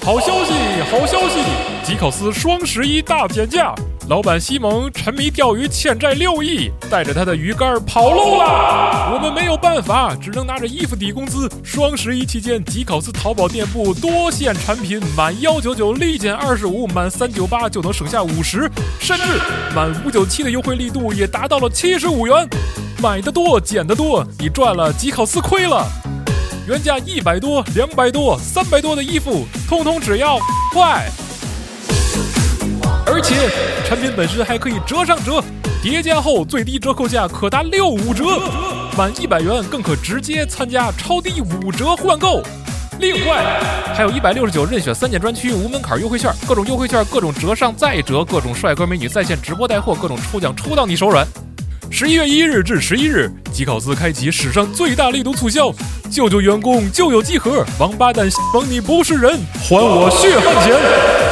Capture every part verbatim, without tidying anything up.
好消息，好消息！吉考斯双十一大减价，老板西蒙沉迷钓鱼欠债六亿，带着他的鱼竿跑路了。我们没有办法，只能拿着衣服抵工资。双十一期间，吉考斯淘宝店铺多线产品满一百九十九立减二十五，满三百九十八就能省下五十，甚至满五百九十七的优惠力度也达到了七十五元。买得多，减得多，你赚了，吉考斯亏了。原价一百多、两百多、三百多的衣服，通通只要块。而且产品本身还可以折上折，叠加后最低折扣价可达六五折，满一百元更可直接参加超低五折换购。另外还有一百六十九任选三件专区无门槛优惠券，各种优惠券，各种折上再折，各种帅哥美女在线直播带货，各种抽奖抽到你手软。十一月一日至十一日，吉考斯开启史上最大力度促销，救救员工就有集合，王八蛋蒙你不是人，还我血汗钱！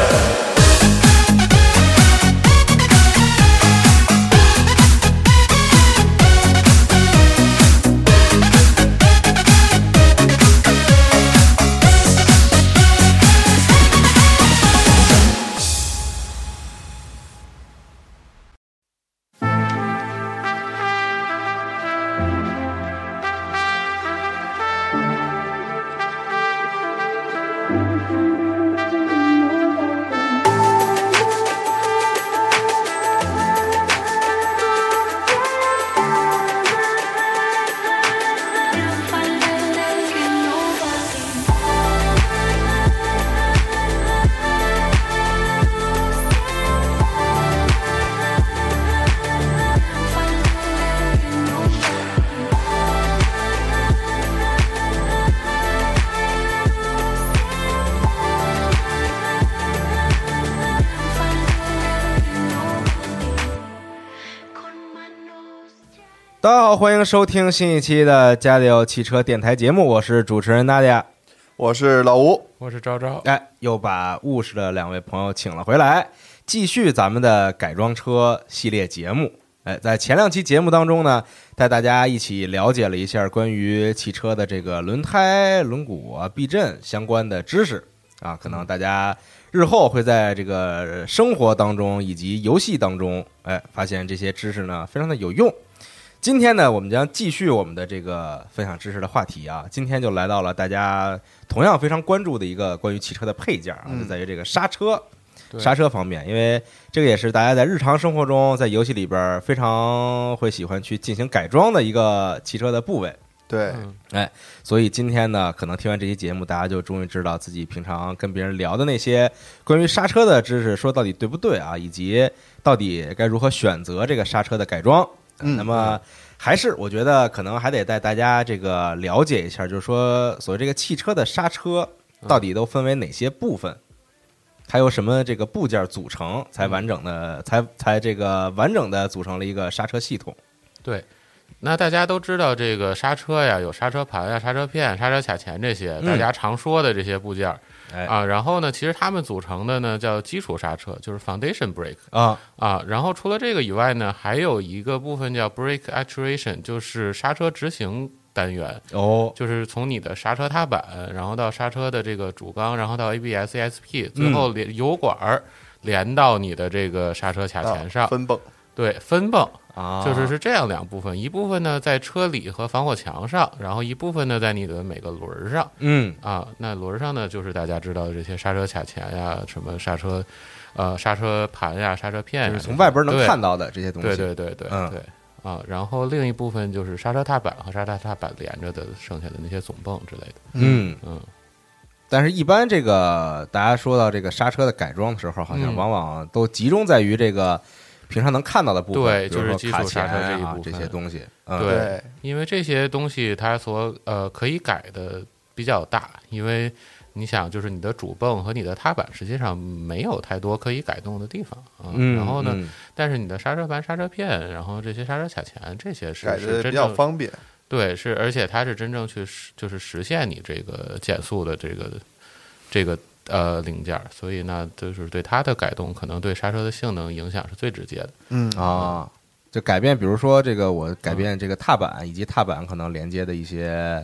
大家好，欢迎收听新一期的家里有汽车电台节目，我是主持人娜迪亚， 我是老吴， 我是昭昭。 哎，又把务实的两位朋友请了回来，继续咱们的改装车系列节目。哎，在前两期节目当中呢，带大家一起了解了一下关于汽车的这个轮胎、轮毂啊、避震相关的知识啊，可能大家日后会在这个生活当中以及游戏当中，哎，发现这些知识呢非常的有用。今天呢，我们将继续我们的这个分享知识的话题啊。今天就来到了大家同样非常关注的一个关于汽车的配件啊，就在于这个刹车，刹车方面，因为这个也是大家在日常生活中，在游戏里边非常会喜欢去进行改装的一个汽车的部位。 对， 哎，所以今天呢，可能听完这期节目，大家就终于知道自己平常跟别人聊的那些关于刹车的知识，说到底对不对啊，以及到底该如何选择这个刹车的改装。嗯，那么还是我觉得可能还得带大家这个了解一下，就是说所谓这个汽车的刹车到底都分为哪些部分，还有什么这个部件组成才完整的才才这个完整的组成了一个刹车系统。 对，那大家都知道这个刹车呀，有刹车盘呀、刹车片、刹车卡钳这些大家常说的这些部件。 嗯、 啊，然后呢，其实它们组成的呢叫基础刹车，就是 foundation brake 啊啊。然后除了这个以外呢，还有一个部分叫 brake actuation， 就是刹车执行单元哦， 就是从你的刹车踏板，然后到刹车的这个主缸，然后到 A B S、E S P， 最后连油管连到你的这个刹车卡钳上， 啊、分泵。 对，分泵。 啊， 就是是这样两部分，一部分呢在车里和防火墙上，然后一部分呢在你的每个轮上。 嗯啊，那轮上呢就是大家知道的这些刹车卡钳呀，什么刹车，呃，刹车盘呀、刹车片呀， 就是从外边能看到的这些东西。 对对对对对、 嗯、 对啊，然后另一部分就是刹车踏板和刹车踏板连着的剩下的那些总泵之类的。 嗯嗯。 但是，一般这个大家说到这个刹车的改装的时候，好像往往都集中在于这个。平常能看到的部分， 对，就是基础刹车这一部分、 啊、这些东西。嗯、 对，因为这些东西它所呃可以改的比较大，因为你想，就是你的主泵和你的踏板实际上没有太多可以改动的地方啊。 嗯、 然后呢、 嗯， 但是你的刹车盘、刹车片，然后这些刹车卡钳，这些是改的比较方便。 对，是，而且它是真正去就是实现你这个减速的这个这个。呃，零件，所以呢，就是对它的改动，可能对刹车的性能影响是最直接的。 嗯啊，就改变，比如说这个我改变这个踏板，以及踏板可能连接的一些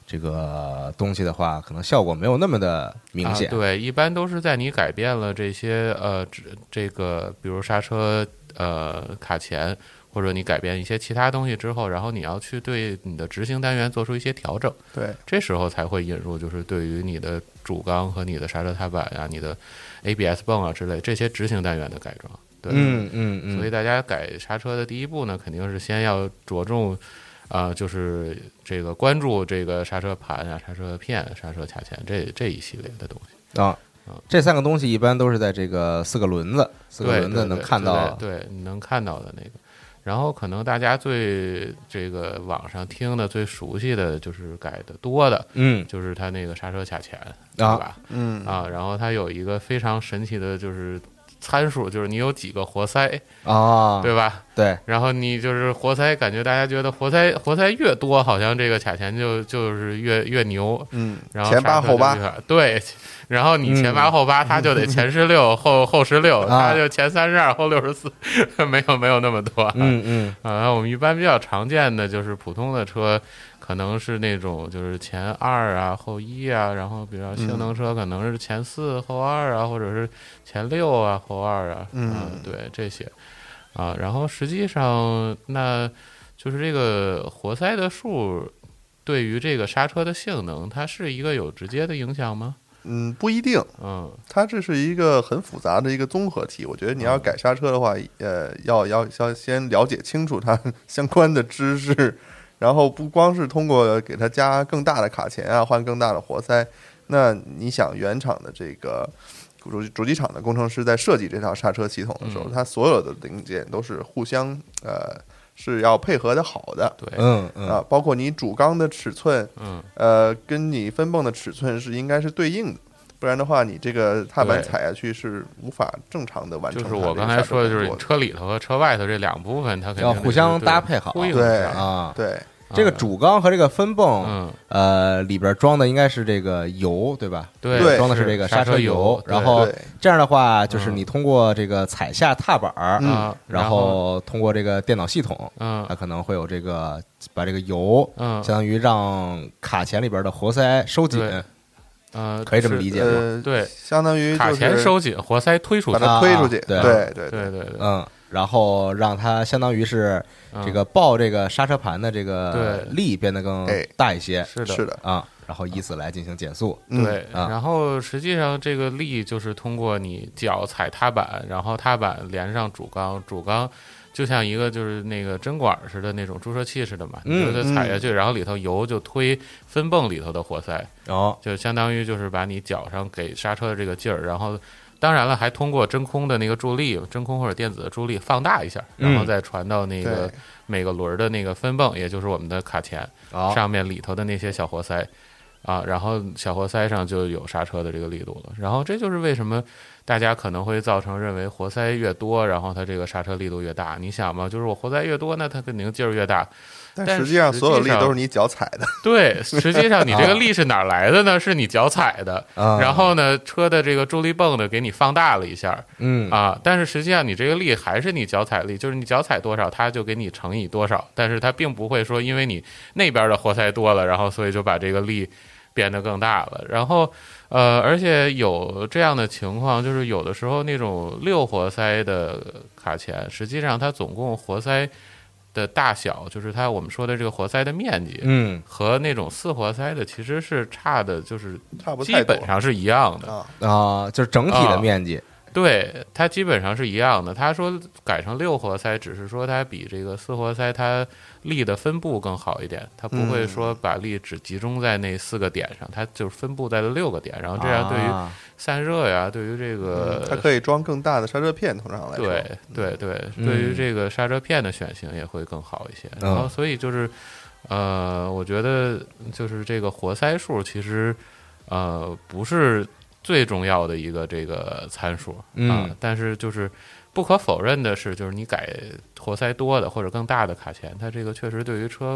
这个东西的话，可能效果没有那么的明显。 啊、对，一般都是在你改变了这些呃这个，比如刹车呃卡钳。或者你改变一些其他东西之后，然后你要去对你的执行单元做出一些调整， 对， 这时候才会引入就是对于你的主缸和你的刹车踏板啊、你的 A B S 泵啊之类这些执行单元的改装。对， 嗯嗯嗯。 所以大家改刹车的第一步呢，肯定是先要着重啊、呃，就是这个关注这个刹车盘啊、刹车片、刹车卡钳这这一系列的东西啊。这三个东西一般都是在这个四个轮子，四个轮子能看到， 对， 对， 对，你能看到的那个。然后可能大家最这个网上听的最熟悉的就是改的多的， 嗯， 就是它那个刹车卡钳，对吧？ 嗯啊，然后它有一个非常神奇的，就是参数，就是你有几个活塞啊， 对吧？ 对。 然后你就是活塞，感觉大家觉得活塞活塞越多，好像这个卡钳就就是越越牛， 嗯， 然后前八后八， 对。然后你前八后八，它就得前十六后后十六，它就前三十二后六十四，没有没有那么多。 嗯嗯啊，我们一般比较常见的就是普通的车，可能是那种就是前二啊后一啊，然后比如性能车可能是前四后二啊，或者是前六啊后二啊， 嗯， 对这些啊。然后实际上那就是这个活塞的数对于这个刹车的性能，它是一个有直接的影响吗？ 嗯，不一定。 嗯， 它这是一个很复杂的一个综合体。我觉得你要改刹车的话，呃，要要要先了解清楚它相关的知识，然后不光是通过给它加更大的卡钳啊，换更大的活塞。那你想原厂的这个主主机厂的工程师在设计这套刹车系统的时候， 嗯、 它所有的零件都是互相呃。是要配合的好的， 对， 嗯嗯啊，包括你主缸的尺寸， 嗯， 呃，跟你分泵的尺寸是应该是对应的，不然的话，你这个踏板踩下去是无法正常的完成。 就是我刚才说的，就是你车里头和车外头这两部分，它肯定要互相搭配好， 对啊， 对。 这个主缸和这个分泵， 嗯， 呃，里边装的应该是这个油，对吧？ 对， 装的是这个刹车油。然后这样的话，就是你通过这个踩下踏板， 嗯， 然后通过这个电脑系统， 嗯， 它可能会有这个把这个油， 嗯， 相当于让卡钳里边的活塞收紧。 呃， 可以这么理解吗？ 呃， 对， 相当于卡钳收紧，活塞推出去， 把它推出去。 对对对对对， 嗯。然后让它相当于是这个抱这个刹车盘的这个力变得更大一些， 是的， 是的啊，然后以此来进行减速。 对，然后实际上这个力就是通过你脚踩踏板，然后踏板连上主缸，主缸就像一个就是那个针管似的那种注射器似的嘛，你就踩下去，然后里头油就推分泵里头的活塞， 哦， 就相当于就是把你脚上给刹车的这个劲儿，然后。当然了，还通过真空的那个助力，真空或者电子的助力放大一下，然后再传到那个每个轮的那个分泵，也就是我们的卡钳上面里头的那些小活塞啊，然后小活塞上就有刹车的这个力度了。然后这就是为什么大家可能会造成认为活塞越多，然后它这个刹车力度越大。你想嘛，就是我活塞越多，那它肯定劲儿越大。 但实际上，所有力都是你脚踩的。 对，实际上你这个力是哪来的呢？是你脚踩的。 啊、 然后呢，车的这个助力泵呢，给你放大了一下。 嗯啊，但是实际上你这个力还是你脚踩力，就是你脚踩多少，它就给你乘以多少。但是它并不会说，因为你那边的活塞多了，然后所以就把这个力变得更大了。然后呃，而且有这样的情况，就是有的时候那种六活塞的卡钳，实际上它总共活塞的大小，就是它我们说的这个活塞的面积， 嗯， 和那种四活塞的其实是差的，就是差不基本上是一样的啊、 呃，就是整体的面积。 啊对，它基本上是一样的。他说改成六活塞，只是说它比这个四活塞它力的分布更好一点，它不会说把力只集中在那四个点上，它就是分布在了六个点，然后这样对于散热呀，对于这个、 嗯、它可以装更大的刹车片，通常来说， 对对对， 嗯、 对于这个刹车片的选型也会更好一些。 嗯、 然后所以就是呃，我觉得就是这个活塞数其实呃不是最重要的一个这个参数啊、 嗯， 但是就是不可否认的是，就是你改活塞多的或者更大的卡钳，它这个确实对于车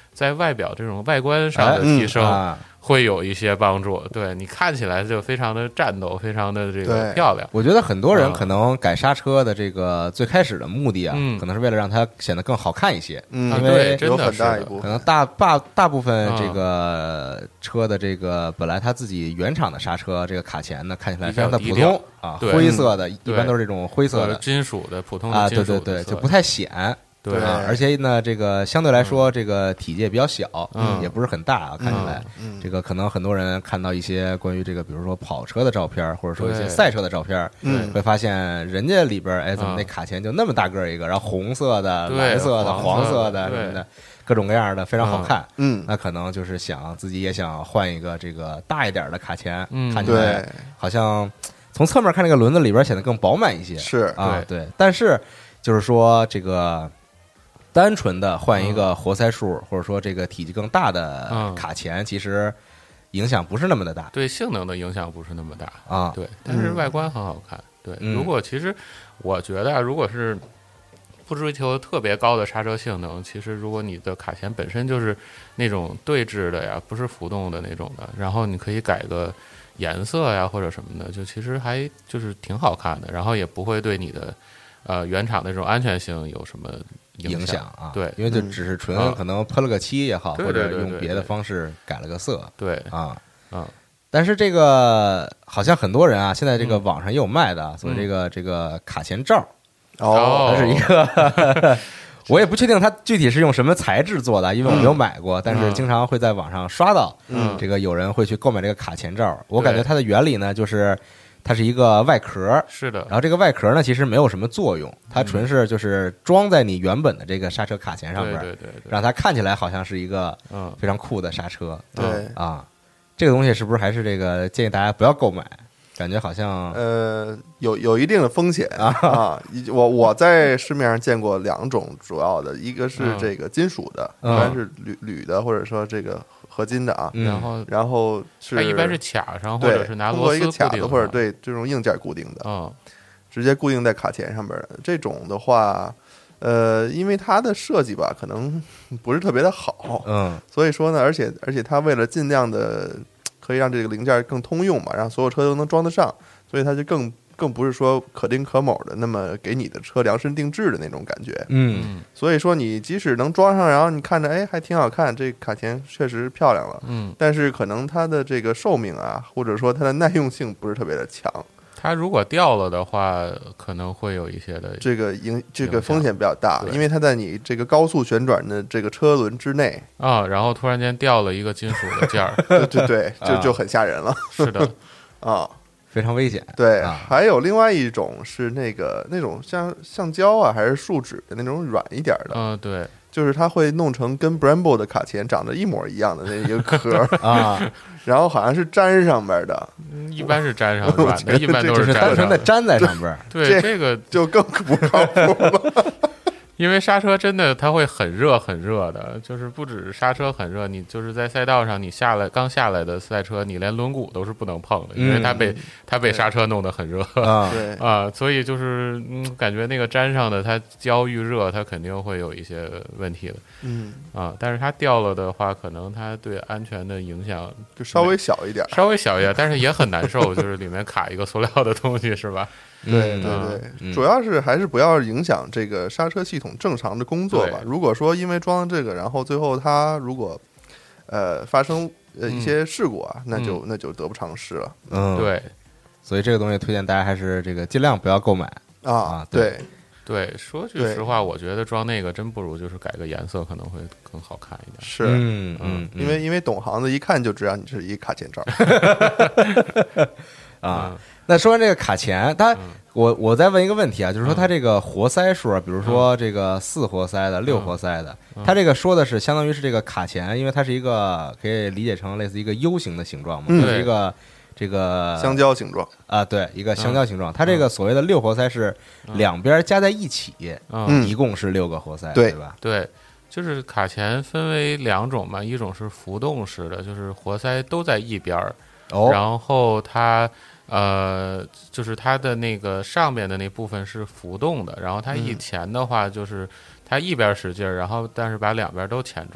在外表这种外观上的提升。 哎嗯啊会有一些帮助，对你看起来就非常的战斗，非常的这个对漂亮。 我觉得很多人可能改刹车的这个最开始的目的啊， 嗯可能是为了让它显得更好看一些。 嗯， 啊因为对，真有的是的很大一部分可能大大大部分嗯这个车的这个本来它自己原厂的刹车这个卡钳呢，看起来非常的普比较通啊， 对灰色的，一对般都是这种灰色呃的金属的普通啊， 的金属对对对， 的色就不太显。 对啊，而且呢，这个相对来说，这个体积也比较小， 嗯也不是很大啊，看起来。 嗯这个可能很多人看到一些关于这个，比如说跑车的照片，或者说一些对赛车的照片， 嗯会发现人家里边，哎，怎么嗯那卡钳就那么大个儿一个，然后红色的、 对蓝色的、黄黄色色的对什么的，各种各样的，非常好看。 嗯， 那可能就是想自己也想换一个这个大一点的卡钳， 嗯看起来对， 好像从侧面看这个轮子里边显得更饱满一些。 是啊，对，但是就是说这个单纯的换一个活塞数，或者说这个体积更大的嗯卡钳，其实影响不是那么的大对性能的影响不是那么大。 啊。 对，但是外观很好看。对， 嗯如果其实我觉得啊，如果是不追求特别高的刹车性能，其实如果你的卡钳本身就是那种对置的呀，不是浮动的那种的，然后你可以改个颜色呀或者什么的，就其实还就是挺好看的，然后也不会对你的呃原厂的这种安全性有什么影响啊， 对因为就只是纯嗯可能喷了个漆也好， 对或者对对对用别的对方式改了个色对啊， 嗯但是这个好像很多人啊，现在这个嗯网上也有卖的，所谓这个这个卡钳罩， 哦， 它是一个，我也不确定它具体是用什么材质做的，因为我没有买过，但是经常会在网上刷到， 嗯这个有人会去购买这个卡钳罩。我感觉它的原理呢，就是它是一个外壳， 是的然后这个外壳呢其实没有什么作用，它纯是就是装在你原本的这个刹车卡钳上边， 对对对对让它看起来好像是一个嗯非常酷的刹车。 对， 啊，这个东西是不是还是这个建议大家不要购买？感觉好像呃，有有一定的风险啊。一我我在市面上见过两种主要的，一个是嗯这个金属的， 嗯一般是铝铝的，或者说这个合金的啊。 嗯然后然后是它一般是卡上或对者是拿通过一螺丝固定个卡子或者上对这种硬件固定的， 嗯直接固定在卡钳上边的这种的话，呃，因为它的设计吧，可能不是特别的好， 嗯所以说呢，而且而且它为了尽量的可以让这个零件更通用嘛，让所有车都能装得上，所以它就更更不是说可丁可卯的那么给你的车量身定制的那种感觉。 嗯嗯所以说你即使能装上，然后你看着哎还挺好看，这卡钳确实漂亮了， 嗯， 但是可能它的这个寿命啊，或者说它的耐用性不是特别的强， 它如果掉了的话，可能会有一些的这个影这影响个风险比较大， 对因为它在你这个高速旋转的这个车轮之内， 啊，然后突然间掉了一个金属的件儿， 对对对，就啊就很吓人了是的， 啊。 非常危险。 对， 啊还有另外一种是那个那种像橡胶啊，还是树脂的那种软一点的， 嗯，对， 就是它会弄成跟 Brembo 的卡钳长得一模一样的那一个壳儿， 啊， 然后好像是粘上面的， 嗯一般是粘上软的，一般都就是是单粘上纯的粘在上边儿。 对， 这这个就更不靠谱了。 因为刹车真的它会很热很热的，就是不止刹车很热，你就是在赛道上你下来刚下来的赛车，你连轮毂都是不能碰的，因为它被它被刹车弄得很热啊， 对， 啊，所以就是嗯，感觉那个粘上的它焦遇热，它肯定会有一些问题的嗯， 啊。但是它掉了的话，可能它对安全的影响就稍微小一点。 稍微小一点，但是也很难受，就是里面卡一个塑料的东西，是吧？ 对对嗯对， 嗯主要是还是不要影响这个刹车系统正常的工作吧。 对如果说因为装了这个，然后最后它如果呃发生呃一些事故啊，那就那就得不偿失了嗯，， 对所以这个东西推荐大家还是这个尽量不要购买。 啊啊。 对， 对，说句对实话，我觉得装那个真不如就是改个颜色可能会更好看一点。 是。 嗯嗯， 因为因为懂行的一看就知道你是一卡钳罩啊嗯， 那说完这个卡钳，它嗯我我再问一个问题啊，就是说嗯它这个活塞数，比如说这个四活塞的、六活塞的， 嗯它这个说的是相当于是这个卡钳，因为它是一个可以理解成类似一个 U 型的形状嘛， 嗯是一个这个香蕉形状。 啊，对，一个香蕉形状。它这个所谓的六活塞是两边加在一起， 嗯， 嗯一共是六个活塞， 对对吧？ 对，就是卡钳分为两种嘛，一种是浮动式的，就是活塞都在一边儿， 哦， 然后它呃，就是它的那个上面的那部分是浮动的，然后它一钳的话，就是它一边使劲儿，然后但是把两边都钳住。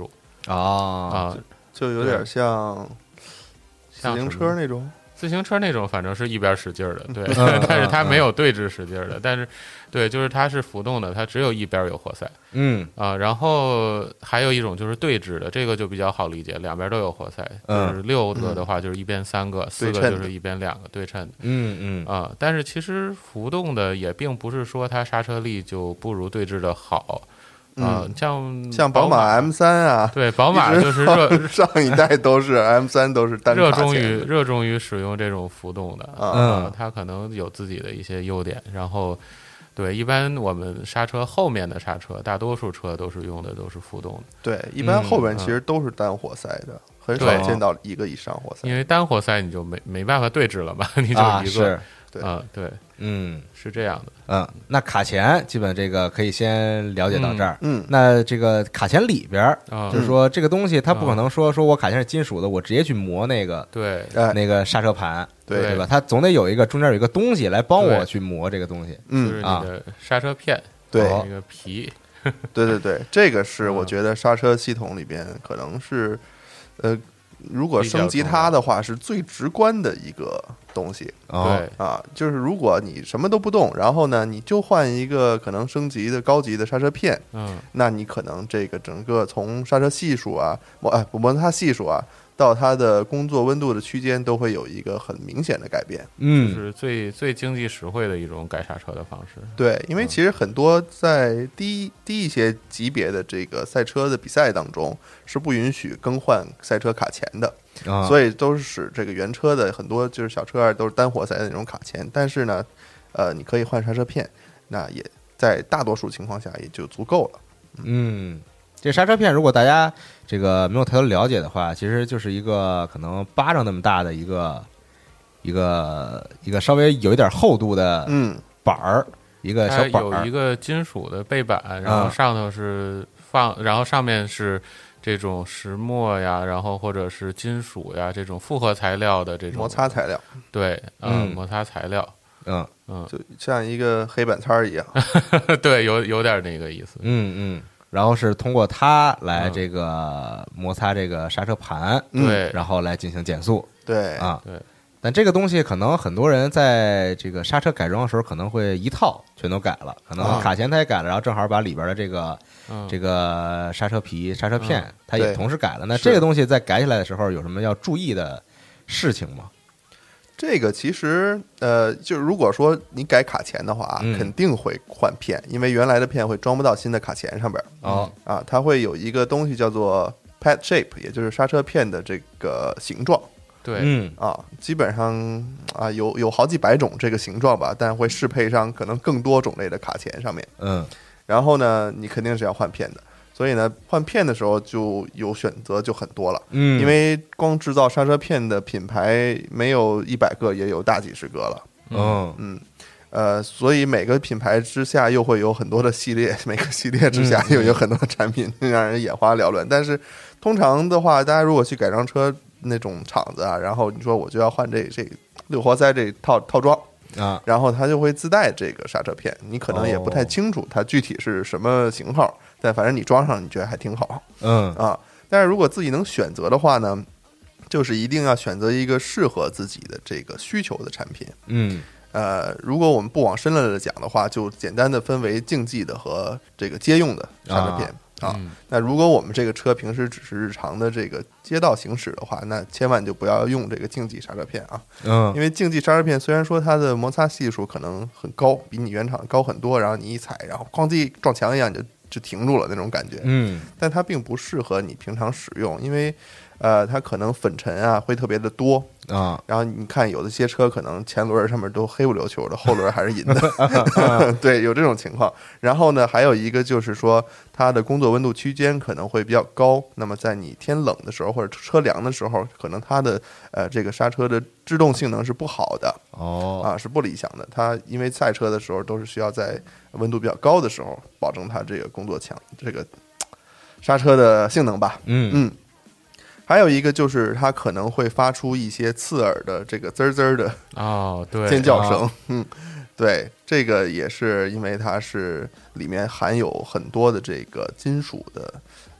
哦啊， 就有点像自行像什么车那种。 自行车那种，反正是一边使劲儿的，对， 嗯但是它没有对置使劲儿的，但是，对，就是它是浮动的，它只有一边有活塞嗯啊。然后还有一种就是对置的，这个就比较好理解，两边都有活塞，就是六个的话就是一边三个，四个就是一边两个对称的， 嗯嗯啊。但是其实浮动的也并不是说它刹车力就不如对置的好。啊、 嗯， 像像宝马 M 三啊， 对，宝马就是热上一代都是 M 三都是单热衷卡钳的于热衷于使用这种浮动的啊嗯它可能有自己的一些优点。然后，对，一般我们刹车后面的刹车，大多数车都是用的都是浮动的， 对，一般后边嗯其实都是单活塞的，很少对见到一个以上活塞因。为单活塞你就没没办法对置了嘛，你就啊一个， 是对啊，对， 嗯是这样的。 嗯，那卡钳基本这个可以先了解到这儿。 嗯， 那这个卡钳里边儿， 啊， 就是说这个东西它不可能说说我卡钳是金属的，我直接去磨那个对哎， 那个刹车盘， 对对吧？它总得有一个中间有一个东西来帮我对去磨这个东西。 就嗯， 是你的刹车片， 对那个皮， 对对对，这个是嗯我觉得刹车系统里边可能是，呃，如果比较升级重要它的话，是最直观的一个东西哦， 对， 啊。就是如果你什么都不动，然后呢，你就换一个可能升级的高级的刹车片， 嗯， 那你可能这个整个从刹车系数啊，摩哎不摩擦系数啊，到它的工作温度的区间都会有一个很明显的改变。 就嗯是最最经济实惠的一种改刹车的方式。 对，因为其实很多在低低一些级别的这个赛车的比赛当中是不允许更换赛车卡钳的， 啊， 所以都是使这个原车的很多就是小车啊都是单活塞的那种卡钳，但是呢，呃，你可以换刹车片，那也在大多数情况下也就足够了。 嗯，这刹车片如果大家这个没有太多了解的话，其实就是一个可能巴掌那么大的一个一个一个稍微有一点厚度的嗯， 板儿，一个它小板儿有一，个金属的背板，然后啊上头是放，然后上面是这种石墨呀，然后或者是金属呀这种复合材料的这种摩擦材料对， 嗯摩擦材料， 嗯嗯， 就像一个黑板擦儿一样。 对，有有点那个意思， 嗯嗯，然后是通过它来嗯这个摩擦这个刹车盘， 嗯对， 然后来进行减速对， 啊。 对。 但这个东西可能很多人在这个刹车改装的时候，可能会一套全都改了，可能啊卡钳它也改了，然后正好把里边的这个嗯， 这个刹车皮、刹车片嗯它也对同时改了。那是这个东西在改起来的时候，有什么要注意的事情吗？ 这个其实呃，就如果说你改卡钳的话， 嗯肯定会换片，因为原来的片会装不到新的卡钳上边儿哦， 啊，它会有一个东西叫做 pad shape，也就是刹车片的这个形状对， 嗯啊，基本上啊有有好几百种这个形状吧，但会适配上可能更多种类的卡钳上面。 嗯然后呢，你肯定是要换片的，所以呢，换片的时候就有选择就很多了。 嗯， 因为光制造刹车片的品牌没有一百个，也有大几十个了。 嗯嗯，呃，所以每个品牌之下又会有很多的系列，每个系列之下又有很多的产品，让人眼花缭乱。但是通常的话，大家如果去改装车那种厂子啊，然后你说我就要换这这六活塞这套套装， 啊然后它就会自带这个刹车片，你可能也不太哦清楚它具体是什么型号，但反正你装上你觉得还挺好嗯啊。但是如果自己能选择的话呢，就是一定要选择一个适合自己的这个需求的产品。 嗯呃，如果我们不往深了的讲的话，就简单的分为竞技的和这个街用的刹车片啊。 嗯那如果我们这个车平时只是日常的这个街道行驶的话，那千万就不要用这个竞技刹车片啊。 嗯因为竞技刹车片虽然说它的摩擦系数可能很高，比你原厂高很多，然后你一踩，然后哐叽撞墙一样，你就就停住了那种感觉， 嗯但它并不适合你平常使用，因为呃，它可能粉尘啊会特别的多， 啊然后你看有的些车可能前轮上面都黑不溜秋的，后轮还是银的，对，有这种情况。然后呢，还有一个就是说它的工作温度区间可能会比较高，那么在你天冷的时候或者车凉的时候，可能它的呃这个刹车的制动性能是不好的哦啊，是不理想的。它因为赛车的时候都是需要在温度比较高的时候保证它这个工作强这个刹车的性能吧。 嗯嗯，还有一个就是它可能会发出一些刺耳的这个滋儿滋儿的哦，对， 尖叫声。 啊嗯，对，这个也是因为它是里面含有很多的这个金属的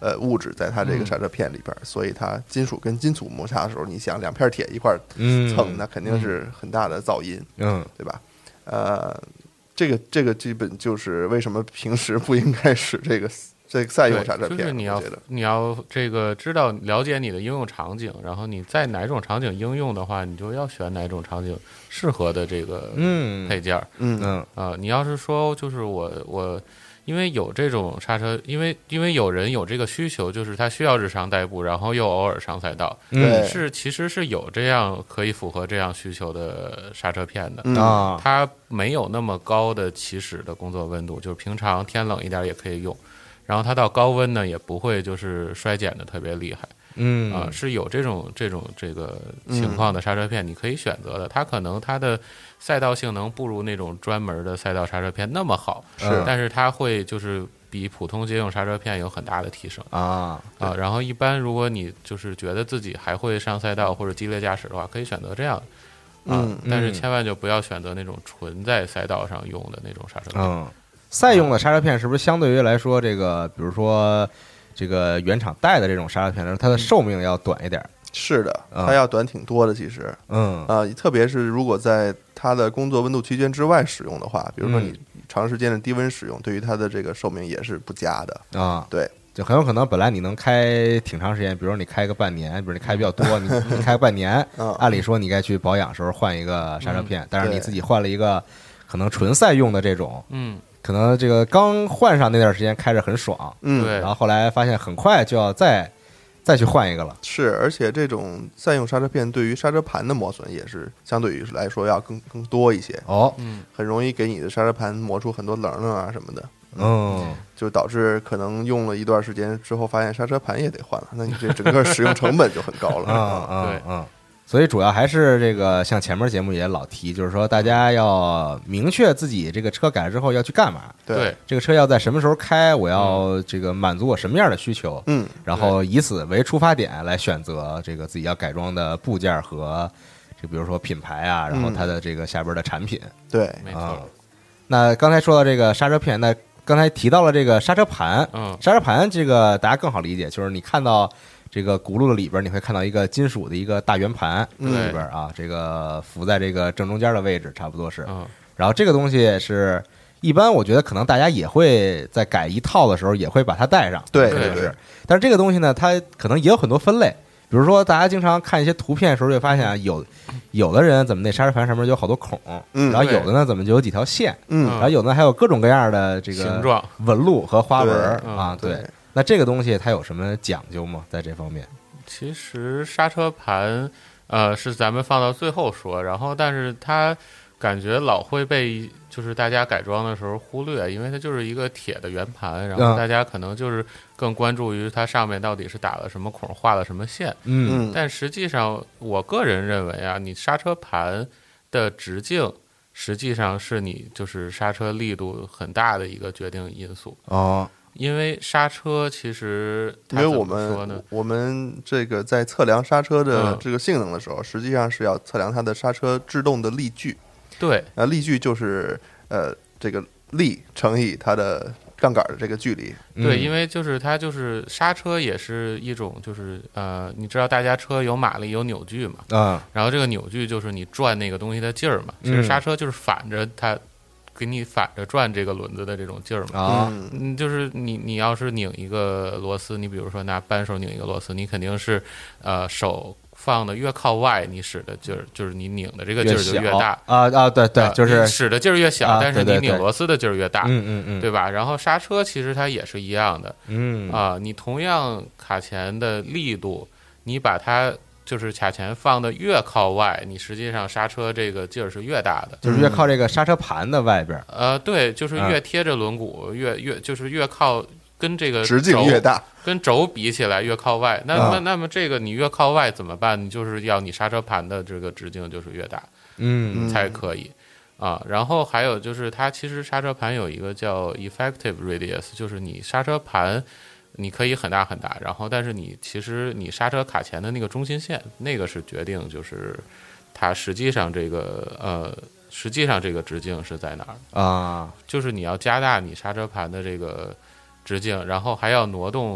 呃物质在它这个刹车片里边，嗯、所以它金属跟金属摩擦的时候，你想两片铁一块蹭，嗯、那肯定是很大的噪音， 嗯， 对吧？呃，这个这个基本就是为什么平时不应该使这个。这个赛用刹车片， 就是你要你要这个知道了解你的应用场景，然后你在哪种场景应用的话，你就要选哪种场景适合的这个配件。 嗯嗯啊、呃，你要是说就是我我，因为有这种刹车，因为因为有人有这个需求，就是他需要日常代步，然后又偶尔上赛道， 对， 是其实是有这样可以符合这样需求的刹车片的啊、 嗯，它没有那么高的起始的工作温度，就是平常天冷一点也可以用。然后它到高温呢，也不会就是衰减的特别厉害， 嗯啊、呃，是有这种这种这个情况的刹车片，你可以选择的。它可能它的赛道性能不如那种专门的赛道刹车片那么好， 是， 但是它会就是比普通街用刹车片有很大的提升啊啊。然后一般如果你就是觉得自己还会上赛道或者激烈驾驶的话，可以选择这样的啊， 嗯、 但是千万就不要选择那种纯在赛道上用的那种刹车片。 嗯赛用的刹车片是不是相对于来说，这个比如说这个原厂带的这种刹车片，它的寿命要短一点？ 是的，它要短挺多的，其实， 嗯啊、呃，特别是如果在它的工作温度区间之外使用的话，比如说你长时间的低温使用，对于它的这个寿命也是不佳的啊。 对， 就很有可能本来你能开挺长时间，比如说你开个半年，比如你开比较多，你你开个半年，按理说你该去保养时候换一个刹车片， 嗯、 但是你自己换了一个可能纯赛用的这种， 嗯。 可能这个刚换上那段时间开着很爽， 嗯， 对， 然后后来发现很快就要再再去换一个了。 是，而且这种赛用刹车片对于刹车盘的磨损也是相对于来说要更更多一些。 哦， 嗯， 很容易给你的刹车盘磨出很多棱棱啊什么的。 嗯， 就导致可能用了一段时间之后，发现刹车盘也得换了，那你这整个使用成本就很高了。 啊啊对， 嗯。所以主要还是这个，像前面节目也老提，就是说大家要明确自己这个车改了之后要去干嘛。 对， 这个车要在什么时候开，我要这个满足我什么样的需求。 嗯， 然后以此为出发点来选择这个自己要改装的部件和这比如说品牌啊，然后它的这个下边的产品。 对， 没错。 啊，那刚才说到这个刹车片，那刚才提到了这个刹车盘。 嗯， 刹车盘这个大家更好理解，就是你看到。这个轱辘的里边，你会看到一个金属的一个大圆盘里边啊，这个浮在这个正中间的位置，差不多是。 嗯。 然后这个东西是一般，我觉得可能大家也会在改一套的时候也会把它带上。 对对对。但是这个东西呢，它可能也有很多分类，比如说大家经常看一些图片的时候，会发现啊，有有的人怎么那刹车盘上面有好多孔， 嗯， 然后有的呢怎么就有几条线， 嗯， 然后有的还有各种各样的这个形状、 纹路和花纹啊， 对。 那这个东西它有什么讲究吗？在这方面？ 其实刹车盘，呃，是咱们放到最后说，然后但是它感觉老会被就是大家改装的时候忽略，因为它就是一个铁的圆盘，然后大家可能就是更关注于它上面到底是打了什么孔、画了什么线。 嗯， 但实际上，我个人认为啊，你刹车盘的直径实际上是你就是刹车力度很大的一个决定因素。 哦。 因为刹车其实， 因为我们我们这个在测量刹车的这个性能的时候，嗯、实际上是要测量它的刹车制动的力矩。 对， 啊，力矩就是呃这个力乘以它的杠杆的这个距离。 对，因为就是它就是刹车也是一种就是呃，你知道大家车有马力有扭矩嘛？ 啊， 然后这个扭矩就是你转那个东西的劲儿嘛。其实刹车就是反着它。给你反着转这个轮子的这种劲儿嘛啊， 嗯，就是你你要是拧一个螺丝，你比如说拿扳手拧一个螺丝，你肯定是，呃，手放的越靠外，你使的劲儿就是你拧的这个劲儿就越大啊啊，对对，就是使的劲儿越小， 啊、 但是你拧螺丝的劲儿越大， 嗯嗯嗯， 对吧？然后刹车其实它也是一样的， 嗯啊，你同样卡钳的力度，你把它。就是卡钳放的越靠外，你实际上刹车这个劲儿是越大的， 就是越靠这个刹车盘的外边。 呃，对，就是越贴着轮毂，嗯、越越就是越靠跟这个直径越大， 跟轴比起来越靠外。那那、嗯、那么这个你越靠外怎么办？你就是要你刹车盘的这个直径就是越大， 嗯， 才可以啊。然后还有就是它其实刹车盘有一个叫 effective radius， 就是你刹车盘。你可以很大很大，然后但是你其实你刹车卡钳的那个中心线，那个是决定就是它实际上这个呃实际上这个直径是在哪儿啊？ 就是你要加大你刹车盘的这个直径，然后还要挪动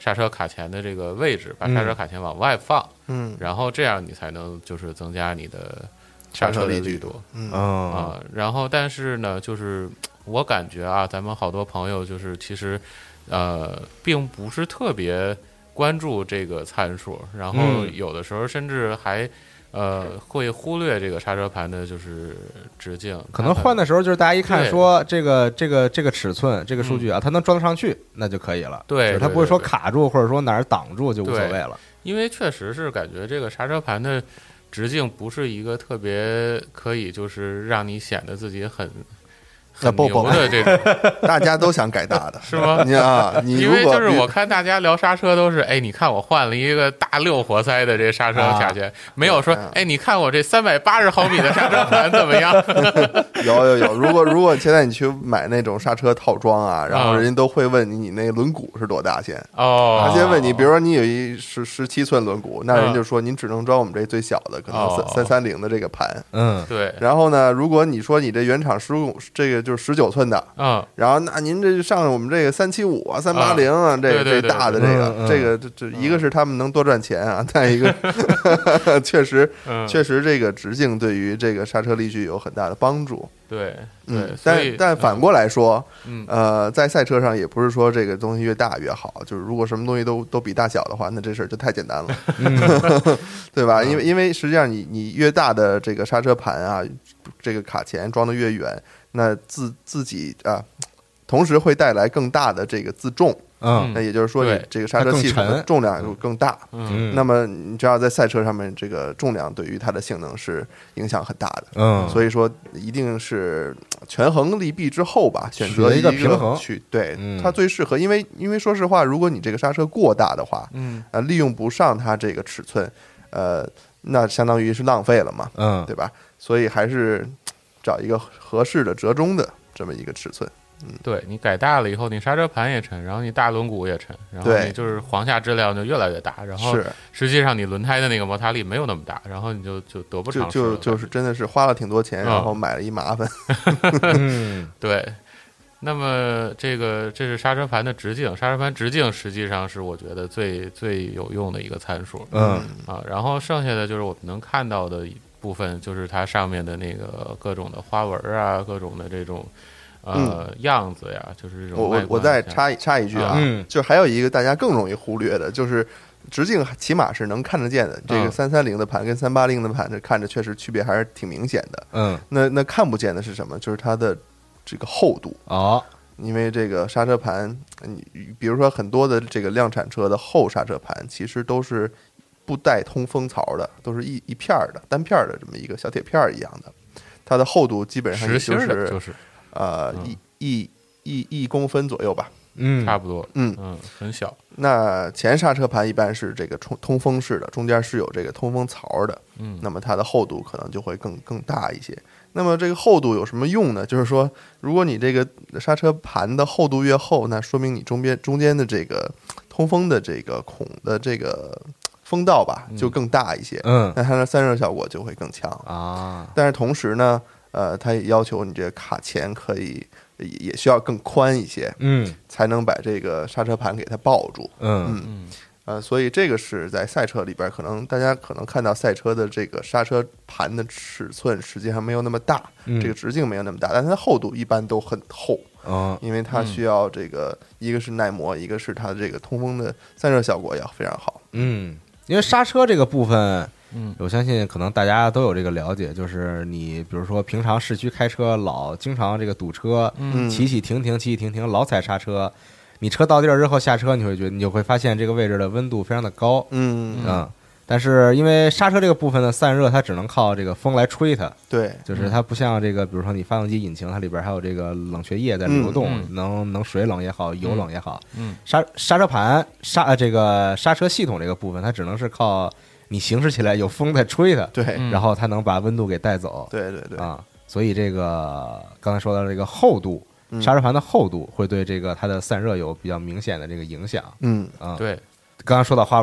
刹车卡钳的这个位置，把刹车卡钳往外放， 嗯， 然后这样你才能就是增加你的刹车的力度， 嗯啊，然后但是呢，就是我感觉啊，咱们好多朋友就是其实呃，并不是特别关注这个参数，然后有的时候甚至还。呃，会忽略这个刹车盘的就是直径， 可能换的时候就是大家一看说这个这个这个尺寸这个数据啊，它能装得上去，那就可以了。 对， 它不会说卡住或者说哪儿挡住就无所谓了。 因为确实是感觉这个刹车盘的直径不是一个特别可以就是让你显得自己很。很牛的这种， 大家都想改大的， 是吗？ 你啊，你因为就是我看大家聊刹车都是，哎，你看我换了一个大六活塞的这刹车卡钳，啊、没有说，哎，你看我这三百八十毫米的刹车盘怎么样？ 有有有，如果如果现在你去买那种刹车套装啊，然后人家都会问你，你那轮毂是多大先？ 哦， 他先问你，比如说你有一十十七寸轮毂，那人就说您只能装我们这最小的，可能三三三零的这个盘。 嗯， 对。 然后呢，如果你说你这原厂十五这个。就是十九寸的， 嗯， 然后那您这就上我们这个三七五啊、三八零啊，这这大的这个，这个这这一个是他们能多赚钱啊，再一个确实确实这个直径对于这个刹车力矩有很大的帮助。 对， 嗯，但但反过来说， 嗯， 呃，在赛车上也不是说这个东西越大越好，就是如果什么东西都都比大小的话，那这事儿就太简单了，嗯、对吧？因为因为实际上你你越大的这个刹车盘啊，这个卡钳装的越远，那自自己啊，同时会带来更大的这个自重。 嗯， 那也就是说，你这个刹车系统的重量就更大。 嗯， 那么你只要在赛车上面，这个重量对于它的性能是影响很大的。 嗯， 所以说一定是权衡利弊之后吧，选择一个平衡去对、 嗯、 它最适合。因为因为说实话，如果你这个刹车过大的话， 嗯， 呃，利用不上它这个尺寸，呃，那相当于是浪费了嘛， 嗯， 对吧？所以还是找一个合适的折中的这么一个尺寸。嗯， 对你改大了以后，你刹车盘也沉，然后你大轮毂也沉，然后你就是簧下质量就越来越大，然后实际上你轮胎的那个摩擦力没有那么大，然后你就就得不偿失了，就就就是真的是花了挺多钱， 嗯、 然后买了一麻烦。 嗯， 对。那么这个这是刹车盘的直径，刹车盘直径实际上是我觉得最最有用的一个参数。 嗯啊，然后剩下的就是我们能看到的部分，就是它上面的那个各种的花纹啊，各种的这种。呃、嗯，样子呀，就是这种。 我我我再插插一句啊， 嗯， 就还有一个大家更容易忽略的，就是直径起码是能看得见的。 嗯、 这个三三零的盘跟三八零的盘，这看着确实区别还是挺明显的。 嗯， 那那看不见的是什么？就是它的这个厚度哦。 因为这个刹车盘，你比如说很多的这个量产车的后刹车盘，其实都是不带通风槽的，都是一一片的单片的这么一个小铁片一样的，它的厚度基本上也就是就是。 呃， 嗯、 一一一一公分左右吧， 嗯， 差不多， 嗯嗯，很小。 那前刹车盘一般是这个通通风式的，中间是有这个通风槽的， 嗯， 那么它的厚度可能就会更更大一些。那么这个厚度有什么用呢？就是说，如果你这个刹车盘的厚度越厚，那说明你中间中间的这个通风的这个孔的这个风道吧，就更大一些， 嗯， 那它的散热效果就会更强啊。 但是同时呢，呃，它也要求你这个卡钳可以也需要更宽一些， 嗯， 才能把这个刹车盘给它抱住， 嗯嗯呃，所以这个是在赛车里边，可能大家可能看到赛车的这个刹车盘的尺寸实际上没有那么大， 嗯、 这个直径没有那么大，但它的厚度一般都很厚， 嗯， 因为它需要这个、嗯、一个是耐磨，一个是它的这个通风的散热效果要非常好， 嗯，因为刹车这个部分。 嗯， 我相信可能大家都有这个了解，就是你比如说平常市区开车老经常这个堵车， 嗯， 起起停停起起停停老踩刹车，你车到地儿之后下车，你会觉得你就会发现这个位置的温度非常的高， 嗯嗯，但是因为刹车这个部分的散热，它只能靠这个风来吹它， 对， 就是它不像这个比如说你发动机引擎，它里边还有这个冷却液在流动， 嗯、 能能水冷也好，油冷也好， 嗯， 刹刹车盘刹这个刹车系统这个部分，它只能是靠。你行驶起来有风在吹它， 对， 然后它能把温度给带走， 对对对啊，所以这个刚才说到这个厚度， 嗯、 刹车盘的厚度会对这个它的散热有比较明显的这个影响， 嗯啊， 对。 刚刚说到花纹，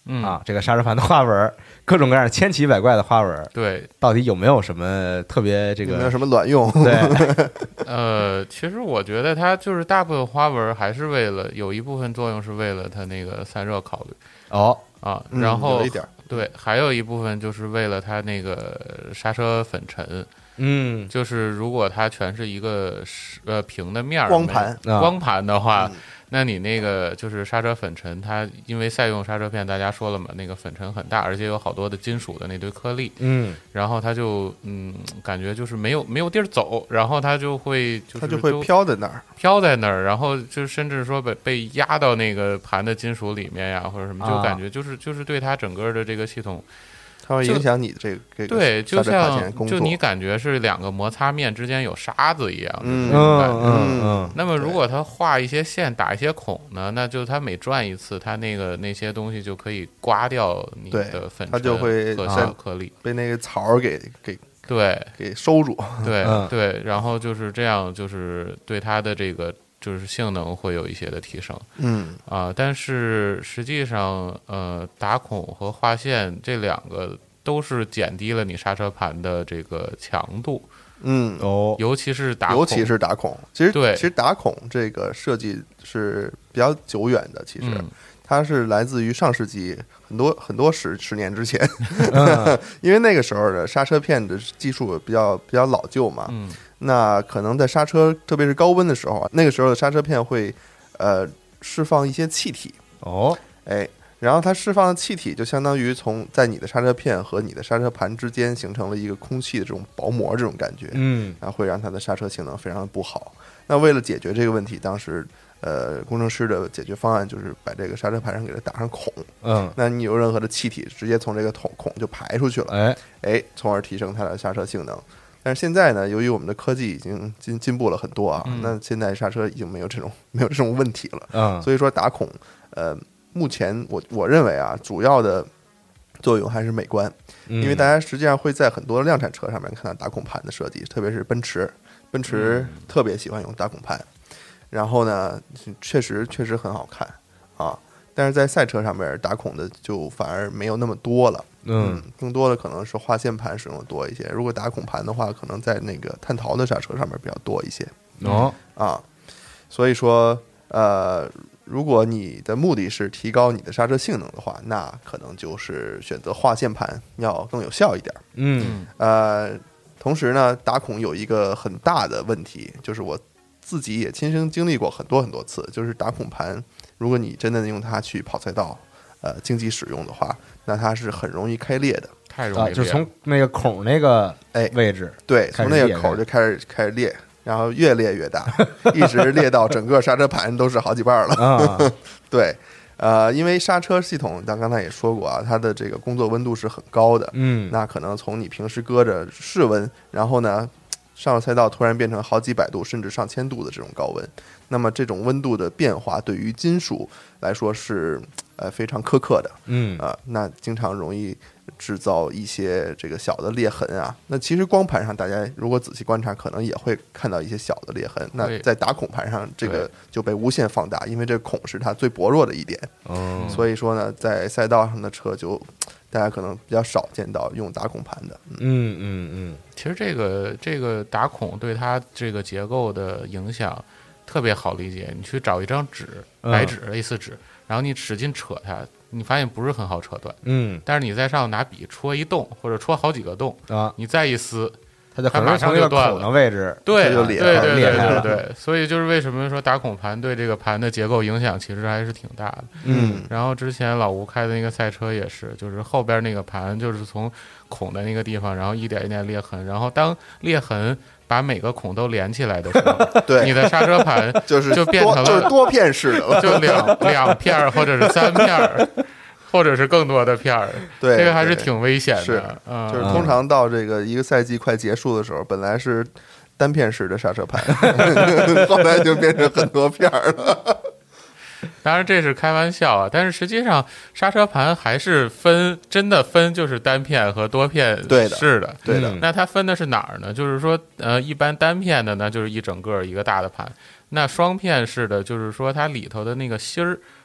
嗯啊，这个刹车盘的花纹，各种各样千奇百怪的花纹， 对， 到底有没有什么特别这个？ 有没有什么卵用？ 对， 呃，其实我觉得它就是大部分花纹还是为了有一部分作用是为了它那个散热考虑哦啊， 嗯然后有一点对，还有一部分就是为了它那个刹车粉尘。 嗯， 就是如果它全是一个呃平的面儿光盘啊光盘的话， 嗯那你那个就是刹车粉尘，它因为赛用刹车片，大家说了嘛，那个粉尘很大，而且有好多的金属的那堆颗粒， 嗯， 然后它就嗯感觉就是没有没有地儿走，然后它就会就是它就会飘在那儿， 飘在那儿，然后就甚至说被被压到那个盘的金属里面呀，或者什么，就感觉就是就是对它整个的这个系统。 它会影响你这个这个对，就刹车盘前工作像就你感觉是两个摩擦面之间有沙子一样， 嗯那种感觉。 嗯嗯那么如果它画一些线，打一些孔呢，那就它每转一次，它那个那些东西就可以刮掉你的粉尘， 它就会和啊小颗粒， 被那个草儿给给对给收住。 对、 嗯对，然后就是这样，就是对它的这个就是性能会有一些的提升。 嗯啊、但是实际上，呃，打孔和划线这两个都是减低了你刹车盘的这个强度， 嗯， 哦， 尤其是打孔， 尤其是打孔，其实对其实打孔这个设计是比较久远的，其实。 嗯它是来自于上世纪很多很多十十年之前， 嗯因为那个时候的刹车片的技术比较比较老旧嘛， 嗯那可能在刹车特别是高温的时候啊，那个时候的刹车片会呃释放一些气体， 哦， 哎，然后它释放的气体就相当于从在你的刹车片和你的刹车盘之间形成了一个空气的这种薄膜这种感觉， 嗯然后会让它的刹车性能非常的不好。那为了解决这个问题，当时呃工程师的解决方案就是把这个刹车盘上给它打上孔， 嗯， 那你有任何的气体直接从这个孔孔就排出去了， 哎， 哎，从而提升它的刹车性能。但是现在呢，由于我们的科技已经进进步了很多啊， 嗯那现在刹车已经没有这种没有这种问题了。 嗯， 所以说打孔，呃，目前我我认为啊，主要的作用还是美观， 因因为大家实际上会在很多量产车上面看到打孔盘的设计，特别是奔驰，奔驰特别喜欢用打孔盘，然后呢，确实确实很好看啊。但是在赛车上面打孔的就反而没有那么多了， 嗯， 更多的可能是划线盘使用的多一些。如果打孔盘的话，可能在那个碳陶的刹车上面比较多一些哦， 啊。所以说，呃，如果你的目的是提高你的刹车性能的话，那可能就是选择划线盘要更有效一点。 嗯呃，同时呢，打孔有一个很大的问题，就是我自己也亲身经历过很多很多次，就是打孔盘，如果你真的用它去跑赛道，呃，竞技使用的话，那它是很容易开裂的。 啊， 太容易裂了， 就是从那个孔那个哎位置， 对， 开始从那裂开个口就开始开始裂，然后越裂越大，一直裂到整个刹车盘都是好几瓣了。 啊， 对，呃，因为刹车系统，咱刚才也说过啊，它的这个工作温度是很高的。 嗯， 那可能从你平时搁着室温，然后呢，上了赛道突然变成好几百度甚至上千度的这种高温，那么这种温度的变化对于金属来说是呃非常苛刻的。 嗯啊、那经常容易制造一些这个小的裂痕啊。那其实光盘上，大家如果仔细观察，可能也会看到一些小的裂痕。那对在打孔盘上，这个对就被无限放大，因为这个孔是它最薄弱的一点。 哦， 所以说呢，在赛道上的车就大家可能比较少见到用打孔盘的。嗯嗯嗯嗯， 其实这个这个打孔对它这个结构的影响特别好理解。你去找一张纸， 嗯白纸 A 四 纸，然后你使劲扯它，你发现不是很好扯断。 嗯但是你在上拿笔戳一洞，或者戳好几个洞， 啊， 你再一撕， 它就很容易从那个孔的位置， 对它就裂对对对裂开了对对，所以就是为什么说打孔盘对这个盘的结构影响其实还是挺大的。 嗯然后之前老吴开的那个赛车也是，就是后边那个盘就是从孔的那个地方，然后一点一点裂痕，然后当裂痕把每个孔都连起来的时候， 对， 你的刹车盘就是就变成了多就是多片式的了。 就两两片儿或者是三片儿，或者是更多的片儿， 对， 这个还是对挺危险是的。嗯， 就是通常到这个一个赛季快结束的时候，本来是单片式的刹车盘，后来就变成很多片儿了。 当然这是开玩笑啊，但是实际上刹车盘还是分，真的分就是单片和多片对的式的。 对的嗯那它分的是哪儿呢？就是说，呃，一般单片的呢，就是一整个一个大的盘；那双片式的，就是说它里头的那个芯儿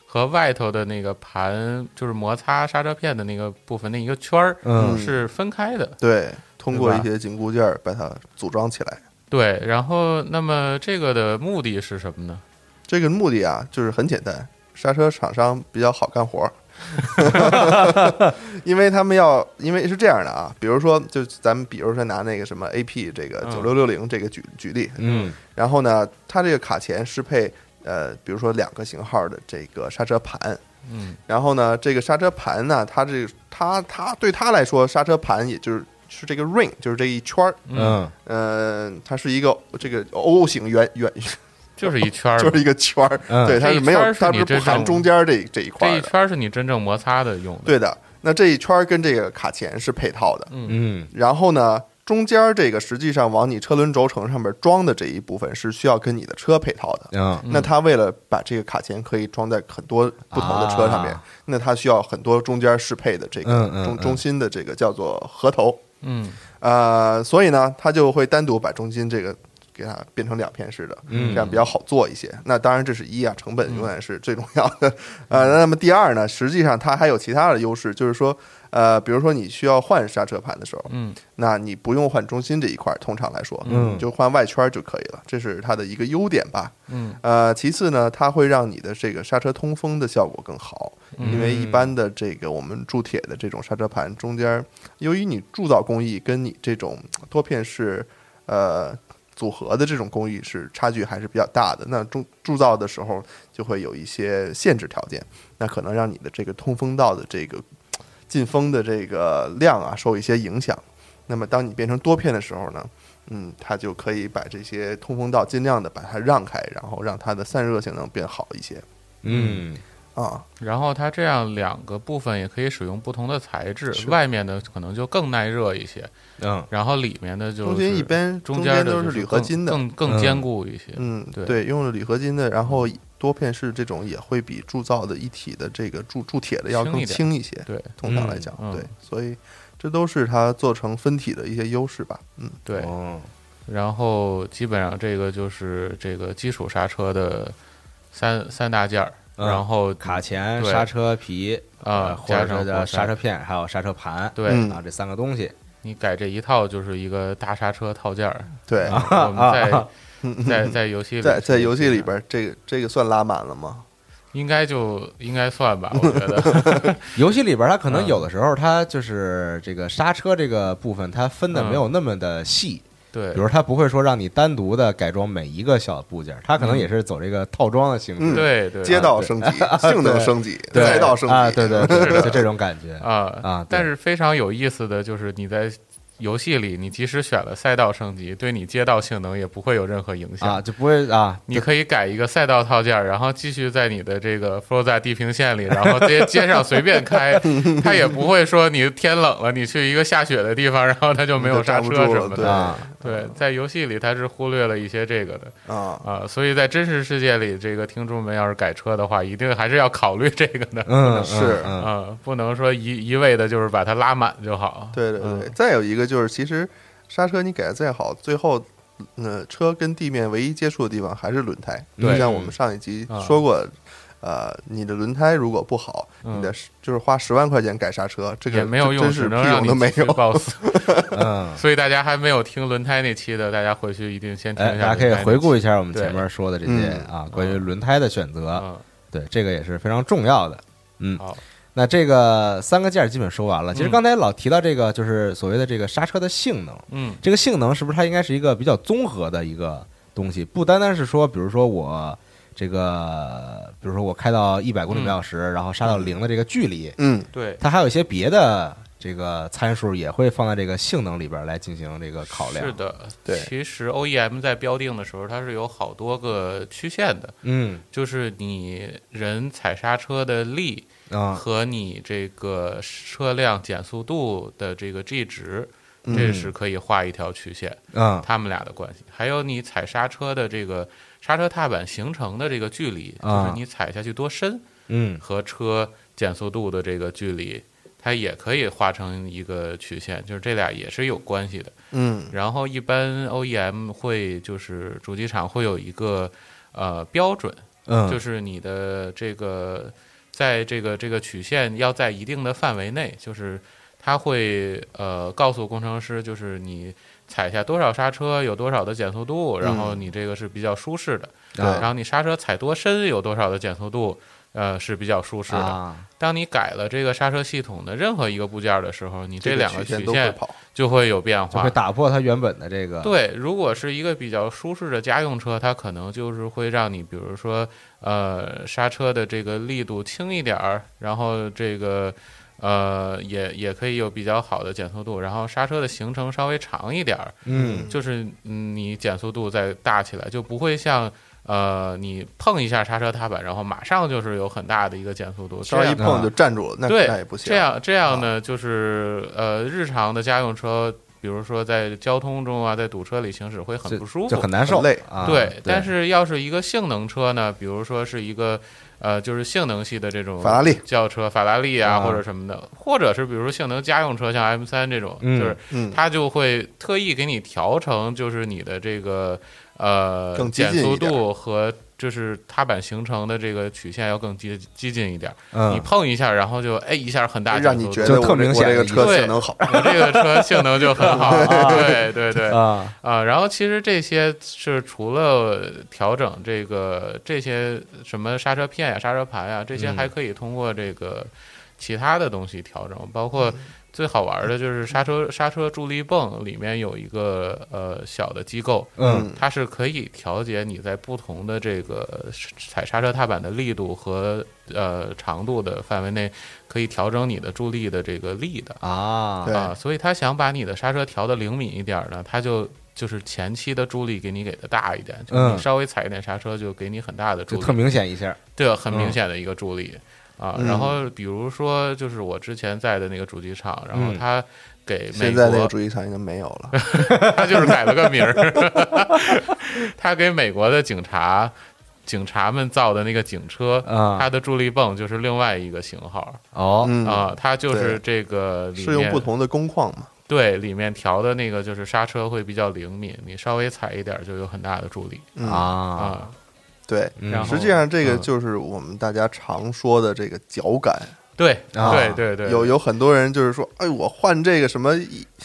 和外头的那个盘，就是摩擦刹车片的那个部分那一个圈儿， 嗯是分开的。 对，通过一些紧固件把它组装起来。 对，然后那么这个的目的是什么呢？ 这个目的啊，就是很简单，刹车厂商比较好干活。因为他们要，因为是这样的啊，比如说，就咱们比如说拿那个什么 A P 这个九六六零这个举举例， 嗯， 然后呢，它这个卡钳适配呃，比如说两个型号的这个刹车盘， 嗯， 然后呢，这个刹车盘呢，它这个它它对它来说，刹车盘也就是是这个 ring， 就是这一圈儿， 嗯， 呃，它是一个这个 O 型圆圆。 就是一圈儿， 就是一个圈儿， 嗯、 对，它是没有，它是不含中间这这一块的。这一圈是你真正摩擦的用的。 对的，那这一圈跟这个卡钳是配套的。 嗯， 然后呢，中间这个实际上往你车轮轴承上面装的这一部分是需要跟你的车配套的。 嗯， 那它为了把这个卡钳可以装在很多不同的车上面，啊、那它需要很多中间适配的这个中、 嗯嗯、 中心的这个叫做合头。 嗯， 呃，所以呢，它就会单独把中心这个。给它变成两片式的，这样比较好做一些。嗯、那当然这是一啊，成本永远是最重要的。嗯、呃，那么第二呢，实际上它还有其他的优势，就是说，呃，比如说你需要换刹车盘的时候， 嗯， 那你不用换中心这一块，通常来说， 嗯， 你就换外圈就可以了，这是它的一个优点吧。 嗯， 呃，其次呢，它会让你的这个刹车通风的效果更好， 嗯、 因为一般的这个我们铸铁的这种刹车盘中间，由于你铸造工艺跟你这种多片式，呃。组合的这种工艺是差距还是比较大的，那铸铸造的时候就会有一些限制条件，那可能让你的这个通风道的这个进风的这个量啊受一些影响。那么当你变成多片的时候呢，嗯，它就可以把这些通风道尽量的把它让开，然后让它的散热性能变好一些。 嗯。 啊， 然后它这样两个部分也可以使用不同的材质，外面的可能就更耐热一些， 嗯， 然后里面的就中间一般中间都是铝合金的， 更更坚固一些。 嗯， 对对，用了铝合金的，然后多片式这种也会比铸造的一体的这个铸铸铁的要更轻一些。 对， 通常来讲， 嗯、 对，所以这都是它做成分体的一些优势吧。嗯， 对。 哦、 然后基本上这个就是这个基础刹车的三三大件儿。然后卡钳、刹车皮啊， 或者说叫刹车片，还有刹车盘， 对啊，这三个东西， 你改这一套就是一个大刹车套件儿。 对， 我们在在在游戏里， 在在游戏里边，这个这个算拉满了吗？ 应该就应该算吧，我觉得。 游戏里边它可能有的时候它就是这个刹车这个部分，它分的没有那么的细。 对， 比如它不会说让你单独的改装每一个小部件，它可能也是走这个套装的形式， 嗯、 对对， 街道升级、性能升级、赛道升级啊，对对对，就这种感觉啊啊。 但是非常有意思的就是你在游戏里，你即使选了赛道升级，对你街道性能也不会有任何影响啊，就不会啊。 你可以改一个赛道套件，然后继续在你的这个 Forza 地平线里，然后在街上随便开，它也不会说你天冷了，你去一个下雪的地方，然后它就没有刹车什么的。 啊， 对，在游戏里它是忽略了一些这个的啊啊，所以在真实世界里，这个听众们要是改车的话，一定还是要考虑这个的。 嗯， 是啊，不能说一一味的就是把它拉满就好。 对对对， 嗯、 再有一个就是，其实刹车你改的再好，最后，呃，车跟地面唯一接触的地方还是轮胎。就像我们上一集说过。嗯呃，你的轮胎如果不好， 嗯、 你的就是花十万块钱改刹车，这个也没有用， 真是只能让你都没有。 报死。 嗯， 所以大家还没有听轮胎那期的，大家回去一定先听一下。 大家可以回顾一下我们前面说的这些嗯、 啊，关于轮胎的选择， 嗯、 对，这个也是非常重要的。嗯， 好， 那这个三个件基本说完了。其实刚才老提到这个，就是所谓的这个刹车的性能。 嗯， 这个性能是不是它应该是一个比较综合的一个东西？不单单是说，比如说我。这个，比如说我开到一百公里每小时，嗯、然后刹到零的这个距离， 嗯， 对， 它还有一些别的这个参数也会放在这个性能里边来进行这个考量。 是的， 对。 其实 O E M 在标定的时候，它是有好多个曲线的， 嗯， 就是你人踩刹车的力啊和你这个车辆减速度的这个 G 值。这是可以画一条曲线， 嗯， 他们俩的关系。还有你踩刹车的这个刹车踏板形成的这个距离， 啊、 就是你踩下去多深， 嗯， 和车减速度的这个距离，它也可以画成一个曲线，就是这俩也是有关系的。 嗯， 然后一般 O E M 会就是主机厂会有一个呃标准， 嗯， 就是你的这个在这个这个曲线要在一定的范围内，就是它会呃告诉工程师，就是你踩下多少刹车有多少的减速度，然后你这个是比较舒适的， 对然后你刹车踩多深有多少的减速度。呃，是比较舒适的。 啊、 当你改了这个刹车系统的任何一个部件的时候，你这两个曲线就会有变化， 就会打破它原本的这个。 对，如果是一个比较舒适的家用车，它可能就是会让你，比如说，呃，刹车的这个力度轻一点儿，然后这个，呃，也也可以有比较好的减速度，然后刹车的行程稍微长一点儿， 嗯， 就是嗯，你减速度再大起来，就不会像。呃，你碰一下刹车踏板，然后马上就是有很大的一个减速度， 稍微一碰就站住了，那对， 那也不行。 这样这样呢，就是呃，日常的家用车，比如说在交通中啊，在堵车里行驶会很不舒服， 就很难受， 累啊。 对，但是要是一个性能车呢，比如说是一个呃，就是性能系的这种法拉利轿车，法拉利啊， 啊或者什么的，或者是比如说性能家用车，像 M 三这种， 嗯、 就是嗯， 它就会特意给你调成，就是你的这个呃更激进减速度和。就是踏板形成的这个曲线要更激激进一点， 嗯， 你碰一下，然后就哎一下很大， 让你觉得就特明显我这个车性能好， 我这个车性能就很好，对对对啊啊。然后其实这些是除了调整这个这些什么刹车片呀、刹车盘呀，这些还可以通过这个其他的东西调整，包括。最好玩的就是刹车刹车助力泵里面有一个呃小的机构， 嗯， 它是可以调节你在不同的这个踩刹车踏板的力度和呃长度的范围内，可以调整你的助力的这个力的啊啊，所以他想把你的刹车调的灵敏一点呢，他就就是前期的助力给你给的大一点，就是你稍微踩一点刹车就给你很大的助力， 就特明显一下， 对，很明显的一个助力。嗯啊， 嗯、 然后比如说，就是我之前在的那个主机厂，然后他给美国现在那个主机厂已经没有了， 他就是改了个名儿，他给美国的警察警察们造的那个警车， 啊、 它的助力泵就是另外一个型号哦， 嗯、 啊，它就是这个里面是用不同的工况嘛， 对，里面调的那个就是刹车会比较灵敏，你稍微踩一点就有很大的助力、 嗯、 啊啊。 对， 然后实际上这个就是我们大家常说的这个脚感。 对， 啊、 对对对， 有有很多人就是说，哎，我换这个什么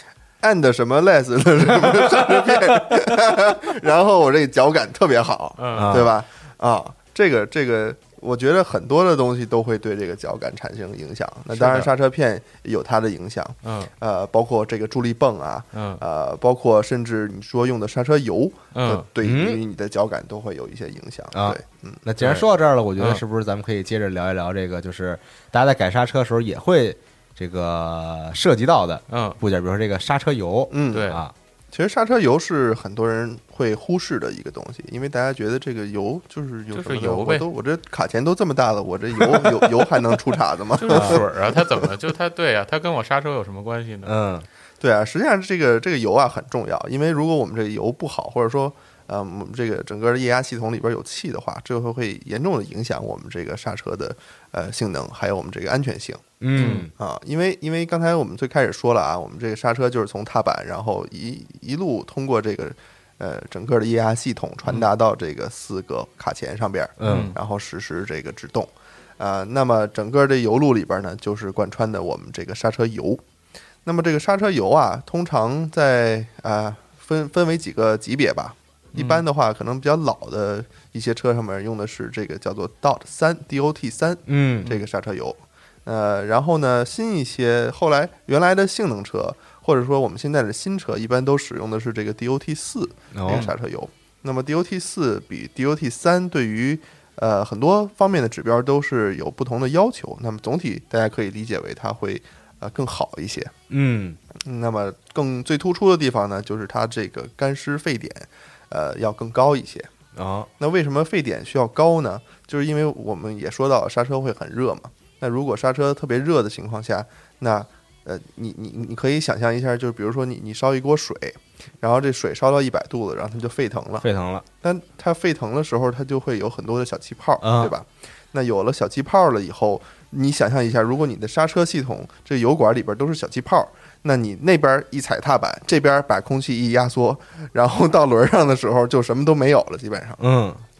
and 什么 less 的什么刹车片，然后我这个脚感特别好， 嗯， 对吧？啊，这个这个。我觉得很多的东西都会对这个脚感产生影响。那当然，刹车片有它的影响， 嗯， 呃，包括这个助力泵啊， 嗯， 呃，包括甚至你说用的刹车油， 嗯， 对于你的脚感都会有一些影响。 啊， 对，嗯。 那既然说到这儿了，我觉得是不是咱们可以接着聊一聊这个，就是大家在改刹车的时候也会这个涉及到的嗯部件，比如说这个刹车油， 嗯， 对啊。 其实刹车油是很多人会忽视的一个东西，因为大家觉得这个油就是有什么就是油呗， 我都我这卡钳都这么大了，我这油油油还能出岔子吗？ 就是水啊，它怎么就它对啊，它跟我刹车有什么关系呢？ 嗯， 对啊，实际上这个这个油啊很重要，因为如果我们这个油不好，或者说呃我们这个整个的液压系统里边有气的话，这会会严重的影响我们这个刹车的呃性能，还有我们这个安全性。 嗯啊，因为因为刚才我们最开始说了啊，我们这个刹车就是从踏板，然后一一路通过这个呃整个的液压系统传达到这个四个卡钳上边， 嗯， 然后实施这个制动。啊、呃，那么整个这油路里边呢，就是贯穿的我们这个刹车油。那么这个刹车油啊，通常在啊、呃、分分为几个级别吧。一般的话，可能比较老的一些车上面用的是这个叫做 D O T 三 D O T 三， 嗯， 这个刹车油。呃，然后呢，新一些，后来原来的性能车，或者说我们现在的新车，一般都使用的是这个 D O T 四这个刹车油。哦、那么 D O T 四比 D O T 三对于呃很多方面的指标都是有不同的要求。那么总体大家可以理解为它会呃更好一些。 嗯， 那么更最突出的地方呢，就是它这个干湿沸点呃要更高一些。 啊、哦， 那为什么沸点需要高呢？就是因为我们也说到刹车会很热嘛。那如果刹车特别热的情况下，那呃，你你你可以想象一下，就是比如说你你烧一锅水，然后这水烧到一百度了，然后它就沸腾了， 沸腾了。 但它沸腾的时候，它就会有很多的小气泡， 嗯、 对吧？那有了小气泡了以后，你想象一下，如果你的刹车系统这油管里边都是小气泡，那你那边一踩踏板，这边把空气一压缩，然后到轮上的时候就什么都没有了，基本上。 嗯。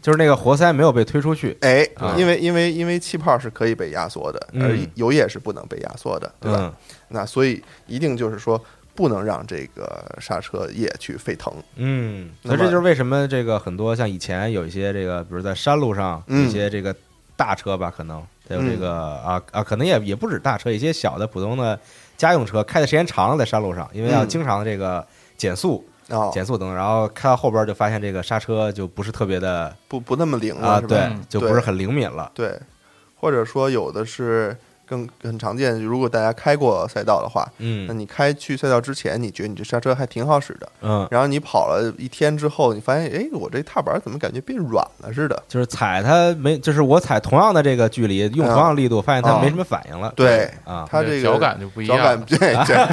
就是那个活塞没有被推出去。 哎， 啊因为因为因为气泡是可以被压缩的， 嗯而油液是不能被压缩的，对吧？ 嗯那所以一定就是说不能让这个刹车液去沸腾。 嗯， 那么所以这就是为什么这个很多像以前有一些这个，比如在山路上， 嗯一些这个大车吧，可能还有这个、啊啊，可能也也不止大车，一些小的普通的家用车开的时间长了，在山路上，因为要嗯经常这个减速、 哦， 减速等，然后开到后边就发现这个刹车就不是特别的不不那么灵了， 啊， 是吧？ 对嗯， 就不是很灵敏了。 对，或者说有的是更很常见，如果大家开过赛道的话，那嗯你开去赛道之前，你觉得你这刹车还挺好使的， 嗯， 然后你跑了一天之后，你发现，哎，我这踏板怎么感觉变软了似的？ 就是踩它没，就是我踩同样的这个距离，用同样力度，发现它没什么反应了。 对， 啊， 它这个脚感就不一样脚感对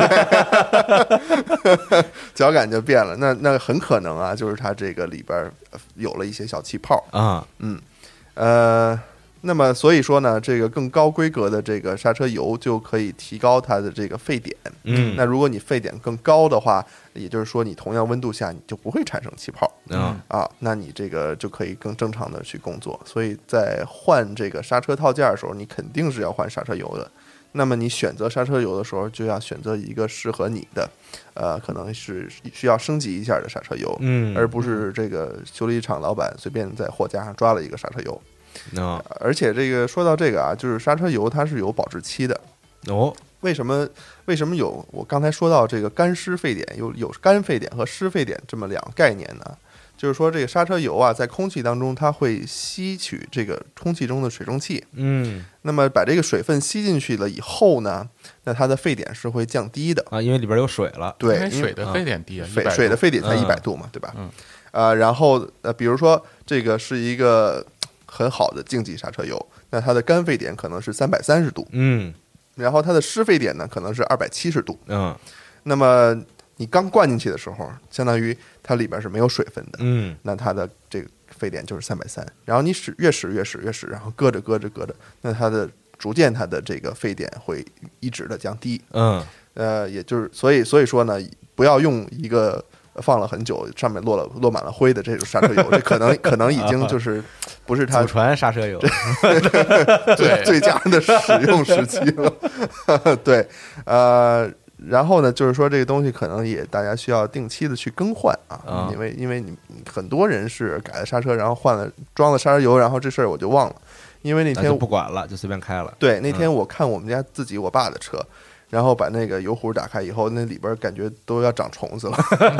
对对，脚感就变了。那那很可能啊，就是它这个里边有了一些小气泡。 啊， 嗯，呃，那么所以说呢，这个更高规格的这个刹车油就可以提高它的这个沸点。 嗯， 那如果你沸点更高的话，也就是说你同样温度下你就不会产生气泡。 嗯啊，那你这个就可以更正常的去工作。所以在换这个刹车套件的时候，你肯定是要换刹车油的。那么你选择刹车油的时候，就要选择一个适合你的，呃，可能是需要升级一下的刹车油， 嗯， 而不是这个修理厂老板随便在货架上抓了一个刹车油。 哦而且这个说到这个啊，就是刹车油它是有保质期的。 哦， 为什么？为什么有我刚才说到这个干湿沸点，有有干沸点和湿沸点这么两个概念呢？就是说，这个刹车油啊，在空气当中，它会吸取这个空气中的水蒸气， 嗯那么把这个水分吸进去了以后呢，那它的沸点是会降低的。 啊，因为里边有水了。 对， 因为因为水的沸点低啊， 水一百水的沸点才嗯一百度嘛，对吧？ 嗯， 呃，然后呃，比如说这个是一个很好的竞技刹车油，那它的干沸点可能是三百三十度， 嗯然后它的湿沸点呢可能是二百七十度。 嗯那么你刚灌进去的时候，相当于它里边是没有水分的， 嗯那它的这个沸点就是三百三。然后你使越使越使越使，然后搁着搁着搁着，那它的逐渐它的这个沸点会一直的降低。 嗯呃，也就是所以所以说呢，不要用一个放了很久，上面落了落满了灰的这种刹车油，这可能可能已经就是不是它祖传刹车油。 最最佳的使用时期了。对，呃，然后呢，就是说这个东西可能也大家需要定期的去更换啊， 啊因为因为你很多人是改了刹车，然后换了装了刹车油，然后这事儿我就忘了，因为那天那就不管了，就随便开了。 对那天我看我们家自己我爸的车。然后把那个油壶打开以后，那里边感觉都要长虫子了，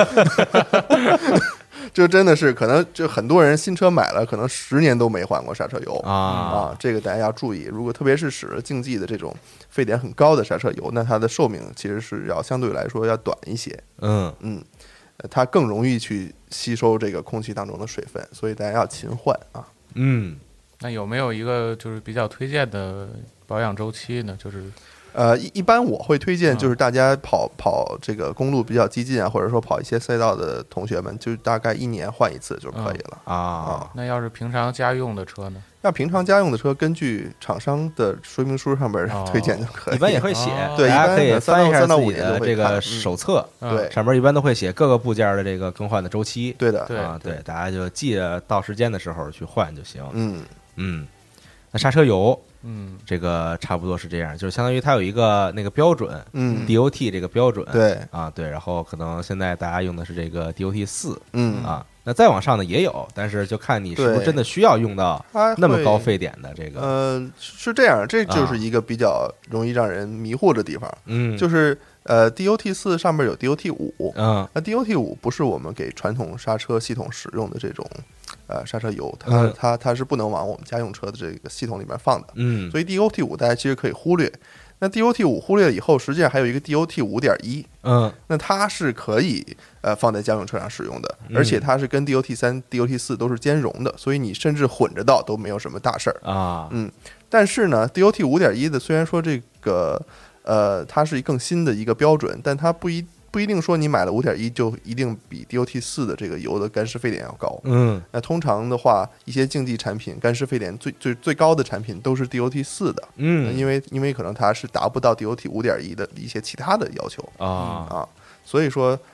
就真的是可能就很多人新车买了，可能十年都没换过刹车油啊啊，这个大家要注意。如果特别是使了竞技的这种沸点很高的刹车油，那它的寿命其实是要相对来说要短一些， 嗯嗯，呃它更容易去吸收这个空气当中的水分，所以大家要勤换啊。 嗯， 那有没有一个就是比较推荐的保养周期呢？就是呃，一一般我会推荐， 嗯就是大家跑跑这个公路比较激进啊，或者说跑一些赛道的同学们，就大概一年换一次就可以了。 啊， 那要是平常家用的车呢？ 那平常家用的车，根据厂商的说明书上边哦推荐就可以。 一般也会写哦， 对大家可以一般翻一下三到自己五年都会的这个看嗯手册， 嗯对上面一般都会写各个部件的这个更换的周期。 对的， 对啊，对，大家就记着到时间的时候去换就行。 嗯嗯，那刹车油嗯这个差不多是这样，就是相当于它有一个那个标准嗯， ，D O T 这个标准。 对， 啊，对，然后可能现在大家用的是这个 D O T 四嗯， 啊，那再往上的也有，但是就看你是不是对真的需要用到它那么会高沸点的这个。 呃，是这样，这就啊是一个比较容易让人迷惑的地方， 嗯， 就是呃，D O T 四上面有 D O T 五， 嗯那 D O T 五不是我们给传统刹车系统使用的这种呃刹车油，它嗯它它是不能往我们家用车的这个系统里面放的， 嗯， 所以 D O T 五大家其实可以忽略。那 D O T 五忽略了以后，实际上还有一个 D O T 五点一， 嗯那它是可以呃放在家用车上使用的， 嗯而且它是跟 D O T 三、D O T 四都是兼容的，所以你甚至混着倒都没有什么大事儿。 啊， 嗯，但是呢 ，D O T 五点一的虽然说这个呃它是更新的一个标准，但它不一不一定说你买了五点一就一定比 D O T 四的这个油的干湿沸点要高。 嗯那通常的话，一些竞技产品干湿沸点最最最高的产品都是 D O T 四的， 嗯， 因为因为可能它是达不到 D O T 五点一的一些其他的要求啊啊，所以说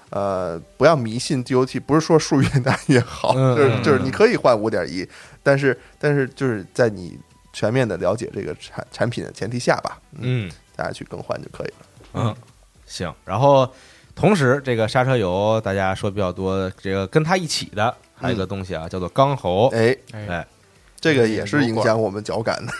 呃，不要迷信 D O T， 不是说数越大越好， 嗯、 就是就是你可以换 五点一， 但是但是就是在你全面的了解这个产产品的前提下吧，嗯，大家去更换就可以了。 嗯，行。然后同时，这个刹车油大家说比较多，这个跟它一起的还有一个东西啊，嗯、叫做钢喉。 哎哎， 这个也是影响我们脚感的。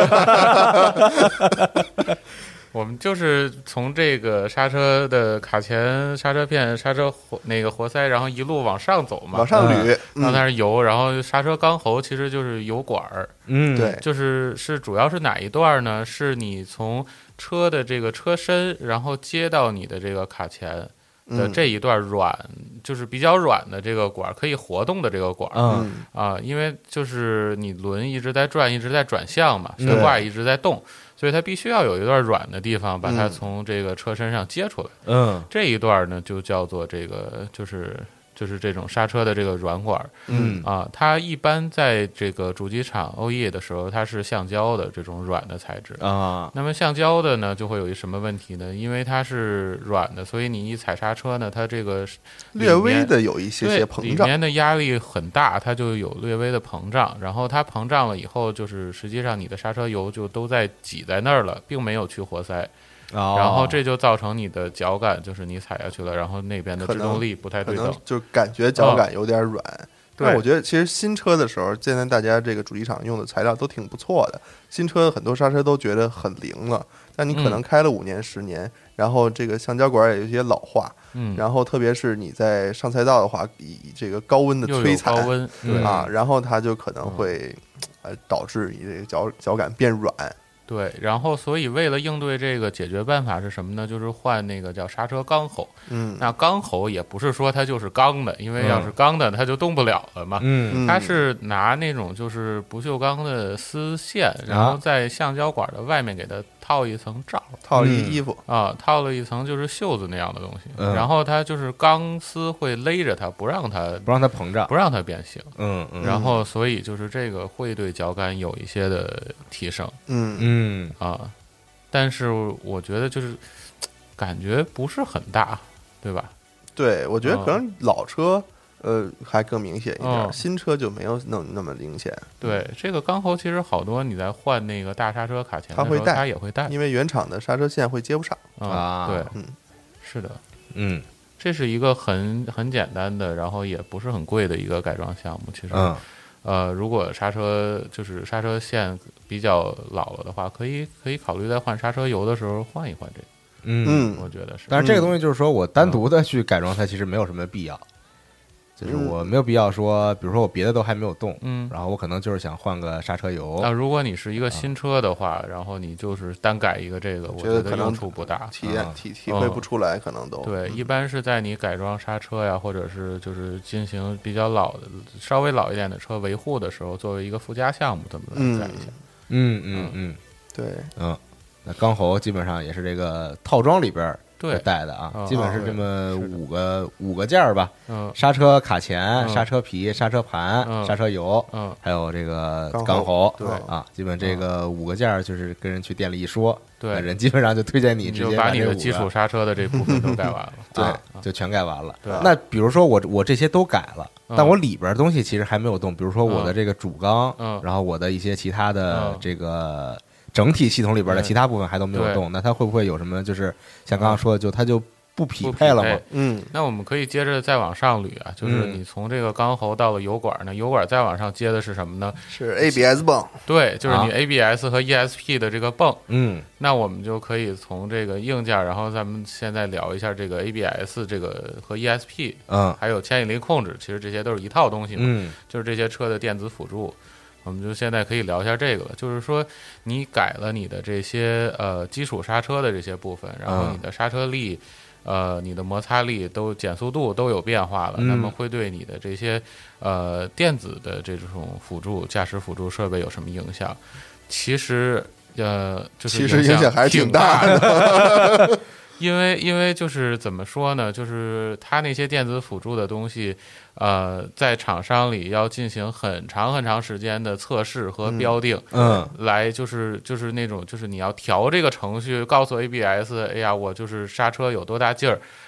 我们就是从这个刹车的卡钳、刹车片、刹车活那个活塞，然后一路往上走嘛， 往上捋， 嗯、然后它是油，然后刹车钢喉其实就是油管儿， 嗯， 对， 就是是主要是哪一段呢？是你从车的这个车身，然后接到你的这个卡钳的这一段软，嗯、就是比较软的这个管，可以活动的这个管， 嗯啊，因为就是你轮一直在转，一直在转向嘛，悬挂一直在动。所以它必须要有一段软的地方，把它从这个车身上接出来。 嗯， 这一段呢，就叫做这个，就是就是这种刹车的这个软管。 嗯啊，它一般在这个主机厂 O E 的时候，它是橡胶的这种软的材质啊。 那么橡胶的呢，就会有一什么问题呢？因为它是软的，所以你一踩刹车呢，它这个略微的有一些些膨胀， 里面的压力很大，它就有略微的膨胀。然后它膨胀了以后，就是实际上你的刹车油就都在挤在那儿了，并没有去活塞。 哦、 然后这就造成你的脚感，就是你踩下去了，然后那边的制动力不太对等， 就感觉脚感有点软。哦、但我觉得其实新车的时候，现在大家这个主机厂用的材料都挺不错的，新车很多刹车都觉得很灵了。但你可能开了五年、十年，然后这个橡胶管也有一些老化， 嗯， 然后特别是你在上赛道的话，以这个高温的摧残， 高温对啊，然后它就可能会、嗯、呃导致你这个脚脚感变软。 对，然后所以为了应对这个，解决办法是什么呢？就是换那个叫刹车钢喉。 嗯， 那钢喉也不是说它就是钢的，因为要是钢的它就动不了了嘛。 嗯， 它是拿那种就是不锈钢的丝线，然后在橡胶管的外面给它套一层罩， 套了一衣服、 嗯、啊，套了一层就是袖子那样的东西。 嗯、 然后它就是钢丝会勒着它，不让它不让它膨胀， 不让它变形。 嗯嗯， 然后所以就是这个会对脚感有一些的提升。 嗯嗯。 嗯啊，但是我觉得就是感觉不是很大，对吧？ 对，我觉得可能老车、哦、呃还更明显一点、 哦， 新车就没有那么那么明显。 对，这个钢喉其实好多你在换那个大刹车卡钳的时候， 它会带， 它也会带， 因为原厂的刹车线会接不上啊。对， 嗯， 是的， 嗯， 这是一个很很简单的，然后也不是很贵的一个改装项目，其实。 嗯呃，如果刹车就是刹车线比较老了的话，可以可以考虑在换刹车油的时候换一换这个。 嗯， 我觉得是。 但是这个东西就是说我单独的去改装它，其实没有什么必要。就是我没有必要说，比如说我别的都还没有动， 嗯， 然后我可能就是想换个刹车油。 那、啊、如果你是一个新车的话，啊、然后你就是单改一个这个，我觉得用处不大， 体验体体会不出来，可能都、 嗯、对。一般是在你改装刹车呀，或者是就是进行比较老的、稍微老一点的车维护的时候，作为一个附加项目，这么来改一下。 嗯嗯嗯， 对， 嗯，那钢喉基本上也是这个套装里边。 对带的啊， 哦、 基本是这么五个、哦、五个件儿吧。 嗯， 刹车卡钳、 嗯、 刹车皮、刹车盘、 嗯、 刹车油， 嗯， 还有这个钢喉。 对啊，基本这个五个件儿就是跟人去店里一说， 对， 人基本上就推荐你直接把你的基础刹车的这部分都改完了， 对、 啊， 就全改完了。 对， 那比如说我我这些都改了， 嗯、 但我里边东西其实还没有动，比如说我的这个主缸， 嗯， 然后我的一些其他的嗯、 这个整体系统里边的其他部分还都没有动，那它会不会有什么就是像刚刚说的，就它就不匹配了吗？ 嗯， 那我们可以接着再往上捋啊，就是你从这个钢喉到了油管呢，油管再往上接的是什么呢？ 是 A B S 泵， 对，就是你 A B S 和 E S P 的这个泵。 嗯， 那我们就可以从这个硬件，然后咱们现在聊一下这个 A B S 这个和 E S P， 嗯， 还有牵引力控制，其实这些都是一套东西嘛， 嗯， 就是这些车的电子辅助。我们就现在可以聊一下这个了，就是说你改了你的这些呃基础刹车的这些部分，然后你的刹车力。呃，你的摩擦力都减速度都有变化了， 嗯、 那么会对你的这些呃电子的这种辅助驾驶辅助设备有什么影响？其实呃，就是其实影响还是挺大的，因为因为就是怎么说呢，就是它那些电子辅助的东西，呃，在厂商里要进行很长很长时间的测试和标定， 嗯， 来就是就是那种就是你要调这个程序，告诉 A B S， 哎呀，我就是刹车有多大劲儿，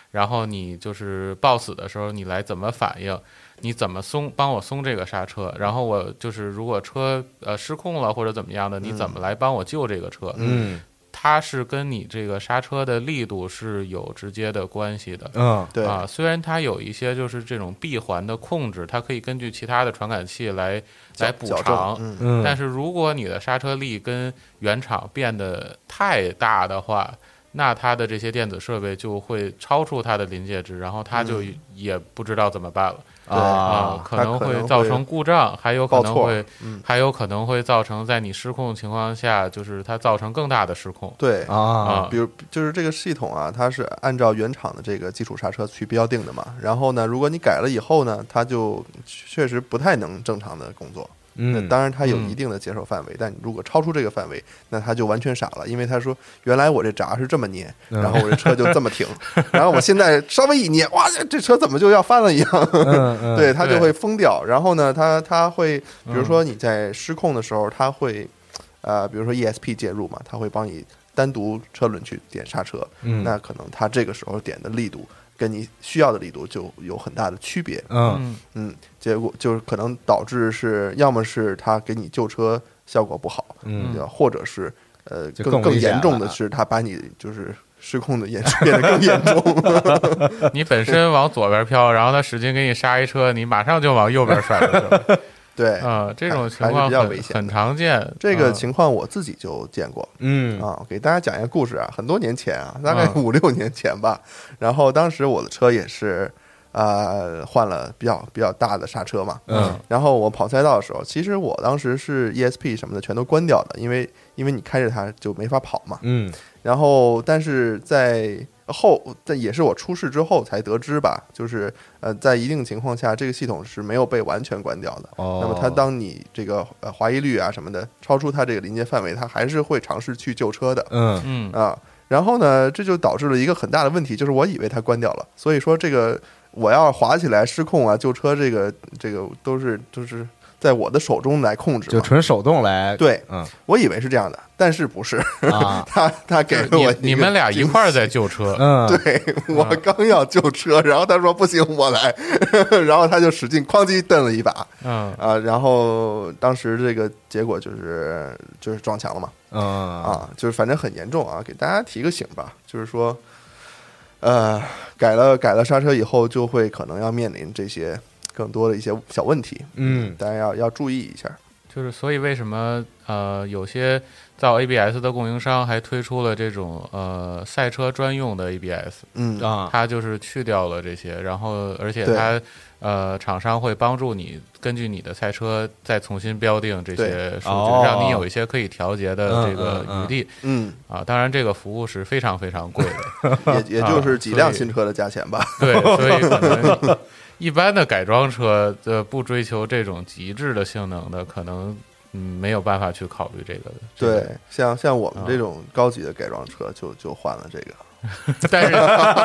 然后你就是抱死的时候，你来怎么反应？你怎么松帮我松这个刹车？然后我就是如果车呃失控了或者怎么样的，你怎么来帮我救这个车？ 嗯， 它是跟你这个刹车的力度是有直接的关系的。 嗯， 对啊，虽然它有一些就是这种闭环的控制，它可以根据其他的传感器来来补偿， 嗯嗯， 但是如果你的刹车力跟原厂变得太大的话，那它的这些电子设备就会超出它的临界值，然后它就也不知道怎么办了。 啊啊，可能会造成故障，还有可能会， 嗯、 还有可能会造成在你失控情况下，就是它造成更大的失控。 对啊， 比如就是这个系统啊，它是按照原厂的这个基础刹车去标定的嘛。然后呢，如果你改了以后呢，它就确实不太能正常的工作。 嗯， 当然它有一定的接受范围，嗯、但你如果超出这个范围，那它就完全傻了，因为他说原来我这闸是这么捏， 嗯、 然后我这车就这么停，然后我现在稍微一捏，哇，这车怎么就要翻了一样？ 嗯嗯、 对，它就会疯掉。然后呢，它它会，比如说你在失控的时候，它会，呃，比如说 E S P 介入嘛，它会帮你单独车轮去点刹车， 嗯， 那可能它这个时候点的力度跟你需要的力度就有很大的区别。 嗯嗯，结果就是可能导致是要么是它给你救车效果不好， 嗯， 或者是呃更更更严重的是它把你就是失控的演变得更严重。 你本身往左边飘，然后他使劲给你刹一车，你马上就往右边甩过去了。 对， 啊、呃，这种情况比较危险， 很常见。 这个情况我自己就见过。 嗯啊，给大家讲一个故事啊，很多年前啊，大概五六年前吧。嗯、然后当时我的车也是，呃，换了比较比较大的刹车嘛。 嗯。 然后我跑赛道的时候，其实我当时是 E S P 什么的全都关掉的，因为因为你开着它就没法跑嘛。 嗯。 然后，但是在后，这也是我出事之后才得知吧，就是呃，在一定情况下，这个系统是没有被完全关掉的。 哦。 那么它当你这个呃滑移率啊什么的超出它这个临界范围，它还是会尝试去救车的。 嗯嗯啊，然后呢，这就导致了一个很大的问题，就是我以为它关掉了，所以说这个我要滑起来失控啊，救车这个这个都是就是在我的手中来控制， 就纯手动来。 对， 嗯， 我以为是这样的，但是不是啊？ 他他给了我你们俩一块儿在救车， 嗯， 对我刚要救车，然后他说不行，我来，然后他就使劲哐叽蹬了一把， 嗯啊，然后当时这个结果就是就是撞墙了嘛， 嗯啊，就是反正很严重啊，给大家提个醒吧，就是说，呃，改了改了刹车以后，就会可能要面临这些更多的一些小问题， 嗯， 大家要要注意一下。 就是所以为什么呃有些造 A B S 的供应商还推出了这种呃赛车专用的 A B S， 嗯啊， 它就是去掉了这些，然后而且它呃厂商会帮助你根据你的赛车再重新标定这些数据， 哦、 让你有一些可以调节的这个余地。 嗯, 嗯, 嗯啊，当然这个服务是非常非常贵的， 也也就是几辆新车的价钱吧。 啊、对，所以可能。一般的改装车，呃，不追求这种极致的性能的，可能嗯没有办法去考虑这个的。 对， 这个、 像像我们这种高级的改装车就，就就换了这个。 但是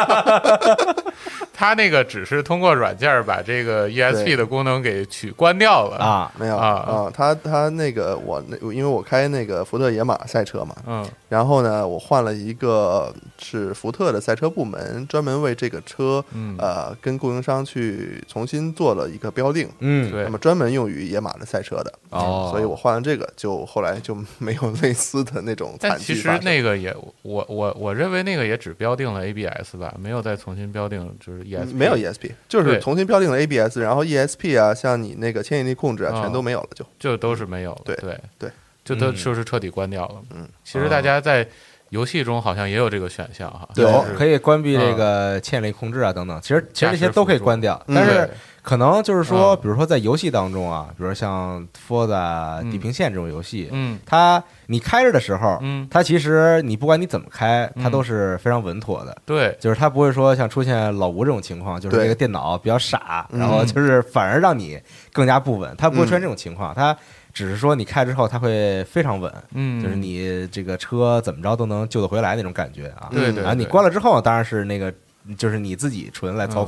他那个只是通过软件把这个 E S P 的功能给取关掉了啊， 没有啊啊，他他那个我那因为我开那个福特野马赛车嘛， 嗯， 然后呢，我换了一个是福特的赛车部门专门为这个车， 嗯， 呃，跟供应商去重新做了一个标定， 嗯， 对， 那么专门用于野马的赛车的， 哦， 所以我换了这个，就后来就没有类似的那种惨剧发生。 但其实那个也，我我我认为那个也只标定了 A B S 吧，没有再重新标定就是 E S P， 没有 E S P， 就是重新标定了 A B S， 然后 E S P 啊，像你那个牵引力控制啊， 哦、 全都没有了，就就都是没有了， 对对对， 就都嗯就是彻底关掉了。 嗯， 其实大家在游戏中好像也有这个选项哈， 有、 就是、 可以关闭这个牵引力控制啊等等，其实其实这些都可以关掉，但是可能就是说，比如说在游戏当中啊，比如说像 Forza 地平线这种游戏， 嗯， 它你开着的时候， 嗯， 它其实你不管你怎么开，它都是非常稳妥的， 对， 就是它不会说像出现老吴这种情况，就是这个电脑比较傻，然后就是反而让你更加不稳，它不会出现这种情况，它只是说你开之后它会非常稳， 嗯， 就是你这个车怎么着都能救得回来那种感觉啊， 对对， 然后你关了之后，当然是那个就是你自己纯来操控。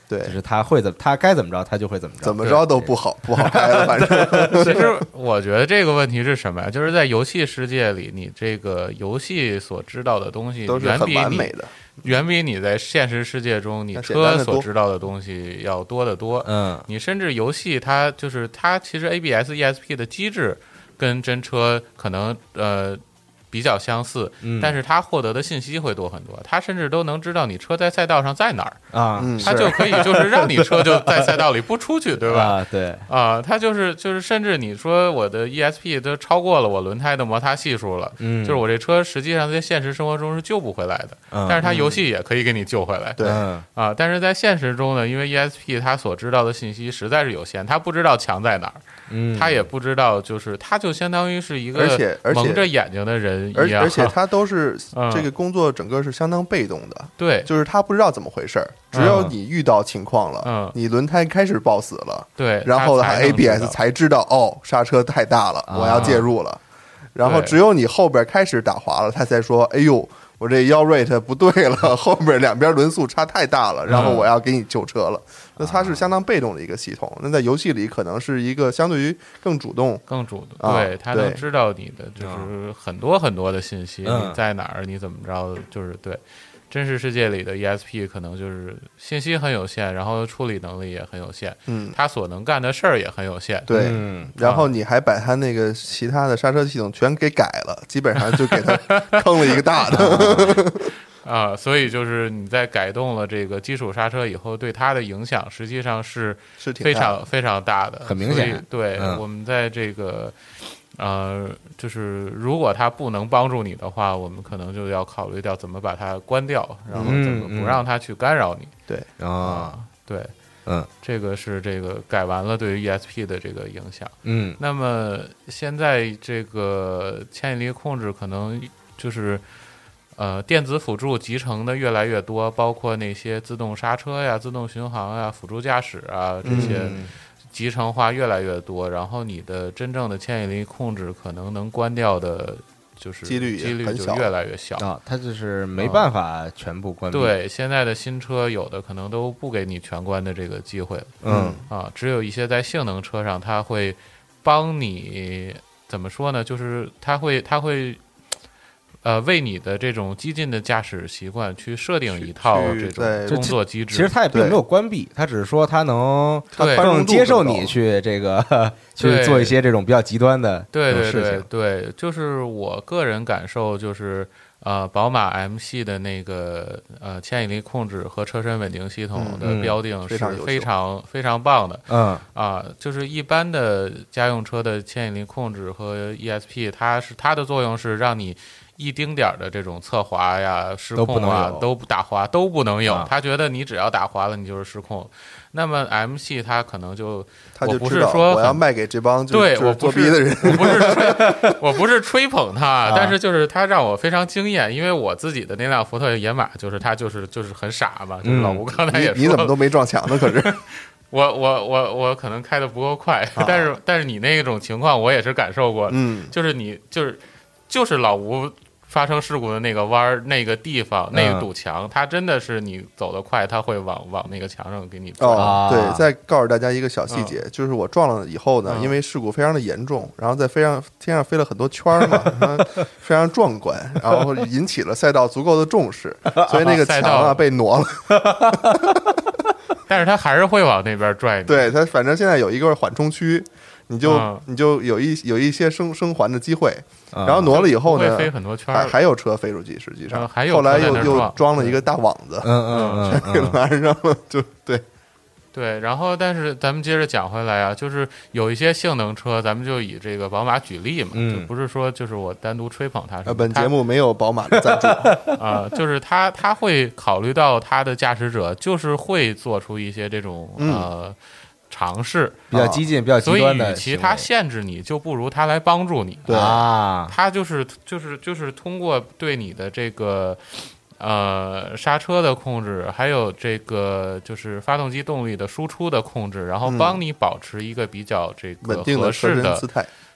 对， 就是他会怎他该怎么着他就会怎么着， 怎么着都不好不好开了，反正。 其实我觉得这个问题是什么呀？就是在游戏世界里，你这个游戏所知道的东西都是很远比你完美的， 远比你在现实世界中你车所知道的东西要多得多。 嗯， 你甚至游戏它就是它其实 A B S E S P 的机制跟真车可能呃比较相似， 嗯、 但是它获得的信息会多很多。它甚至都能知道你车在赛道上在哪儿啊， 嗯、 它就可以就是让你车就在赛道里不出去，对吧？ 啊，对啊，它就是就是甚至你说我的 E S P 都超过了我轮胎的摩擦系数了， 嗯， 就是我这车实际上在现实生活中是救不回来的， 嗯、 但是它游戏也可以给你救回来。 对、 嗯、 啊，但是在现实中呢，因为 E S P 它所知道的信息实在是有限，它不知道墙在哪儿。 嗯， 他也不知道，就是他就相当于是一个而且而且蒙着眼睛的人一样， 而而且他都是、 嗯、 这个工作整个是相当被动的， 对， 就是他不知道怎么回事儿，只有你遇到情况了， 嗯， 你轮胎开始抱死了， 对， 然后他 A B S 才知道哦，刹车太大了， 啊、 我要介入了，然后只有你后边开始打滑了，他才说，哎呦。我这腰 rate 不对了，后面两边轮速差太大了，然后我要给你救车了。嗯、那它是相当被动的一个系统。那在游戏里可能是一个相对于更主动、 更主动， 啊、 对，它能知道你的就是很多很多的信息， 嗯、 你在哪儿，你怎么着，就是对。真实世界里的 E S P 可能就是信息很有限，然后处理能力也很有限， 嗯， 他所能干的事儿也很有限， 对， 嗯， 然后你还把他那个其他的刹车系统全给改了，基本上就给他坑了一个大的。 啊，所以就是你在改动了这个基础刹车以后，对它的影响实际上是是挺非常非常大的， 很明显。 对、 嗯， 我们在这个呃，就是如果它不能帮助你的话，我们可能就要考虑掉怎么把它关掉，然后怎么不让它去干扰你。 对啊、哦， 对， 嗯， 这个是这个改完了对于 E S P 的这个影响。 嗯， 那么现在这个牵引力控制可能就是呃电子辅助集成的越来越多，包括那些自动刹车呀、自动巡航呀、辅助驾驶啊这些集成化越来越多，嗯、然后你的真正的牵引力控制可能能关掉的。就是几率几率就越来越小啊，它就是没办法全部关闭。 嗯、对，现在的新车有的可能都不给你全关的这个机会。 嗯啊，只有一些在性能车上，它会帮你怎么说呢？就是它会它会呃为你的这种激进的驾驶习惯去设定一套这种工作机制。 其实它也并没有关闭，它只是说它能更接受你去这个去做一些这种比较极端的对对事情。 对 对, 对，就是我个人感受就是呃，宝马 M 系的那个呃牵引力控制和车身稳定系统的标定是非常、嗯、非常棒的。 嗯啊，就是一般的家用车的牵引力控制和 E S P， 它是它的作用是让你一丁点儿的这种侧滑呀、失控啊，都不打滑都不能有。他觉得你只要打滑了，你就是失控。那么 M 系它可能就， 他就我不是说我要卖给这帮对我作弊的人， 我不是吹，我不是吹捧他，啊、但是就是他让我非常惊艳，因为我自己的那辆福特野马，就是他就是就是很傻嘛，就是老吴刚才也说， 嗯、你, 你怎么都没撞墙呢？可是我我我我可能开的不够快，啊、但是但是你那种情况我也是感受过， 嗯， 就是你就是就是老吴。发生事故的那个弯儿，那个地方，那个堵墙，它真的是你走得快，它会往往那个墙上给你撞。 哦，对，再告诉大家一个小细节，嗯、就是我撞了以后呢， 嗯、 因为事故非常的严重，然后在飞上天上飞了很多圈嘛，非常壮观，然后引起了赛道足够的重视，所以那个墙啊被挪了。 但是它还是会往那边拽你。 对，它反正现在有一个缓冲区。你就、 嗯、 你就有一有一些升升环的机会，然后挪了以后呢， 会飞很多圈还还有车飞出去，实际上、 嗯、还有后来又又装了一个大网子， 嗯嗯嗯， 全给拦上了，就对对。然后，但是咱们接着讲回来啊，就是有一些性能车，咱们就以这个宝马举例嘛， 嗯、 就不是说就是我单独吹捧它什么。 呃，本节目没有宝马的赞助啊、呃，就是他他会考虑到他的驾驶者，就是会做出一些这种、 嗯、 呃。尝试比较激进、比较极端的， 所以与其他限制你，就不如他来帮助你。 对啊， 他就是就是就是通过对你的这个呃刹车的控制，还有这个就是发动机动力的输出的控制，然后帮你保持一个比较这个合适的姿态。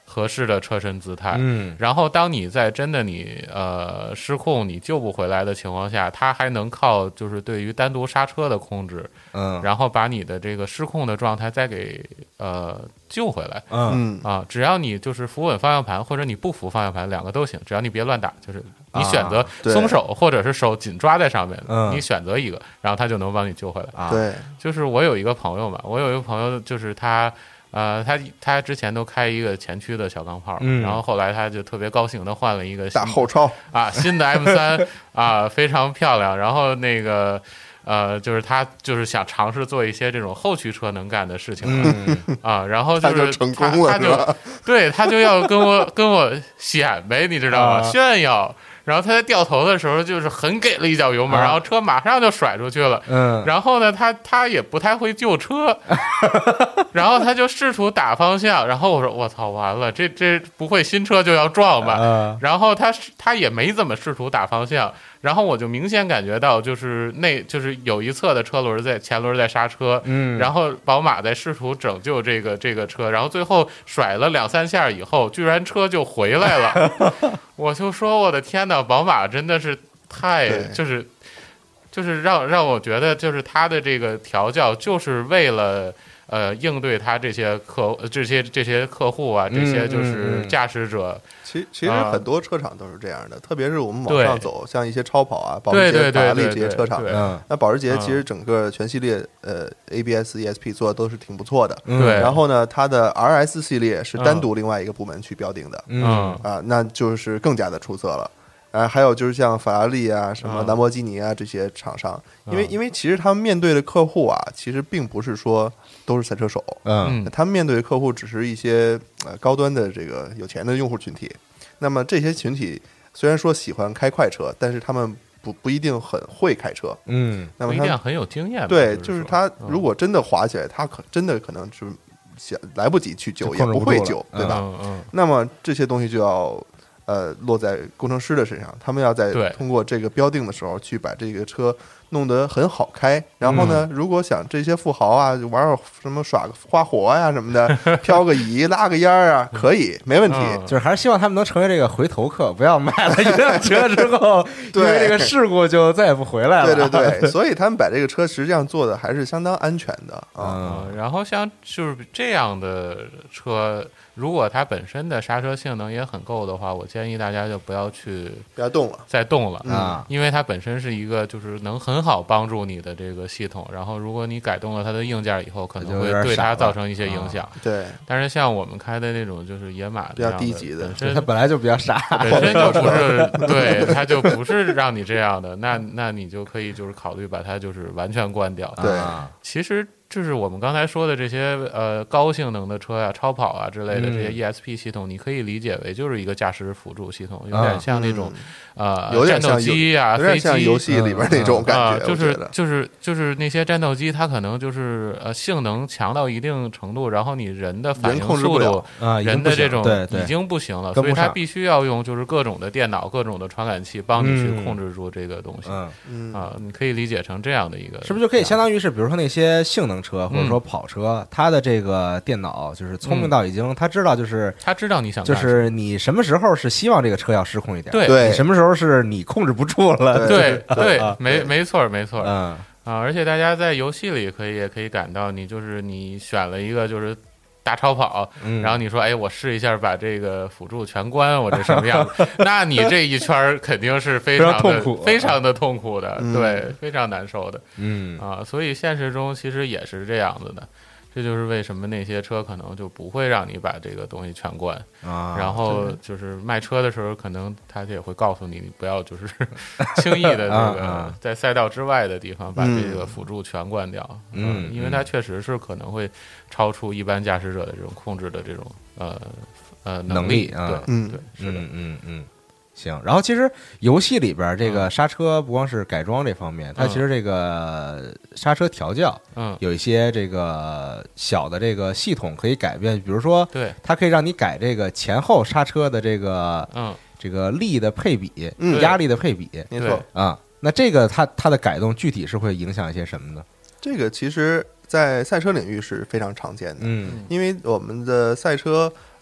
合适的车身姿态。 嗯， 然后当你在真的你呃失控你救不回来的情况下，它还能靠就是对于单独刹车的控制， 嗯， 然后把你的这个失控的状态再给呃救回来。 嗯嗯啊，只要你就是扶稳方向盘，或者你不扶方向盘，两个都行，只要你别乱打，就是你选择对松手，或者是手紧抓在上面， 嗯你选择一个，然后它就能帮你救回来。 啊， 对， 就是我有一个朋友嘛，我有一个朋友，就是他，呃，他他之前都开一个前驱的小钢炮， 嗯然后后来他就特别高兴的换了一个新大后超， 啊新的 M 三啊，非常漂亮，然后那个。呃，就是他就是想尝试做一些这种后驱车能干的事情了、 嗯啊，然后他是就成功了， 他他就是吧？ 对他就要跟我跟我显摆，你知道吗？ 啊炫耀。然后他在掉头的时候，就是狠给了一脚油门， 啊然后车马上就甩出去了。 嗯， 然后呢，他他也不太会救车，然后他就试图打方向。然后我说：“我操，完了，这这不会新车就要撞吧？” 啊然后他他也没怎么试图打方向。然后我就明显感觉到，就是那就是有一侧的车轮在前轮在刹车， 嗯， 然后宝马在试图拯救这个这个车，然后最后甩了两三下以后，居然车就回来了。我就说我的天哪，宝马真的是太对就是就是让让我觉得就是它的这个调教就是为了。呃，应对他这些客这些这些客户啊，这些就是驾驶者。 其其实很多车厂都是这样的，特别是我们往对上走，像一些超跑啊、保对时捷、 对对对法拉利这些车厂对， 嗯那保时捷嗯其实整个全系列呃 A B S、E S P 做的都是挺不错的。 嗯对然后呢，它的 R S 系列是单独另外一个部门去标定的， 嗯啊，那就是更加的出色了。啊，还有就是像法拉利啊、什么嗯兰博基尼啊这些厂商，因为嗯因为其实他们面对的客户啊，其实并不是说都是赛车手， 嗯嗯他们面对的客户只是一些呃高端的这个有钱的用户群体。那么这些群体虽然说喜欢开快车，但是他们不不一定很会开车。 嗯那么他们不一定很有经验吧。 对， 就就是说他嗯如果真的滑起来，他可真的可能是想来不及去救， 就也控制不住了不会救，对吧？ 嗯嗯那么这些东西就要呃落在工程师的身上，他们要在对通过这个标定的时候去把这个车弄得很好开。然后呢，如果想这些富豪啊玩玩什么耍个花活呀、什么的，飘个仪、拉个烟儿啊，可以没问题。 嗯就是还是希望他们能成为这个回头客，不要买了一辆车之后，因对为这个事故就再也不回来了。 对对对，所以他们把这个车实际上做的还是相当安全的啊。 嗯嗯，然后像就是这样的车，如果它本身的刹车性能也很够的话，我建议大家就不要去不要动了， 再动了。 啊， 因为它本身是一个就是能很好帮助你的这个系统，然后如果你改动了它的硬件以后，可能会对就有点傻了它造成一些影响。 对， 但是像我们开的那种就是野马比较这样低级的本身他本来就比较傻。 本身就不是对，它就不是让你这样的，那那你就可以就是考虑把它就是完全关掉。 对啊其实就是我们刚才说的这些呃高性能的车呀、超跑啊之类的嗯这些 E S P 系统，你可以理解为就是一个驾驶辅助系统，有点像那种、呃有点战斗像机呀、 有点飞机。 像游戏里边那种感啊， 觉， 就是我觉得就是就是那些战斗机，它可能就是呃性能强到一定程度，然后你人的反人应速度控制不了， 啊，已经不行人的这种对对已经不行了， 跟不上所以它必须要用就是各种的电脑、各种的传感器帮你去嗯控制住这个东西、 嗯， 嗯啊。你可以理解成这样的一个， 是不是就可以相当于是，比如说那些性能车或者嗯说跑车，它的这个电脑就是聪明到已经它知道就是他知道你想就干什么是你什么时候是希望这个车要失控一点， 对对你什么时候是你控制不住了， 对对啊， 没没错没错嗯啊！而且大家在游戏里可以也可以感到，你就是你选了一个就是大超跑， 嗯， 然后你说哎，我试一下把这个辅助全关，我这什么样子？那你这一圈儿肯定是非常的非常痛苦非常的痛苦的， 嗯对，非常难受的嗯啊！所以现实中其实也是这样子的。这就是为什么那些车可能就不会让你把这个东西全关， 啊， 然后就是卖车的时候，可能他也会告诉你，你不要就是轻易的这啊个啊在赛道之外的地方把这个辅助全关掉， 嗯因为它确实是可能会超出一般驾驶者的这种控制的这种呃呃能力力啊对嗯对是的， 嗯嗯嗯。行，然后其实游戏里边这个刹车不光是改装这方面，它其实这个刹车调教嗯有一些这个小的这个系统可以改变，比如说对它可以让你改这个前后刹车的这个嗯这个力的配比， 嗯压力的配比没错。 啊。那这个它它的改动具体是会影响一些什么呢？ 这个其实，在赛车领域是非常常见的， 嗯因为我们的赛车，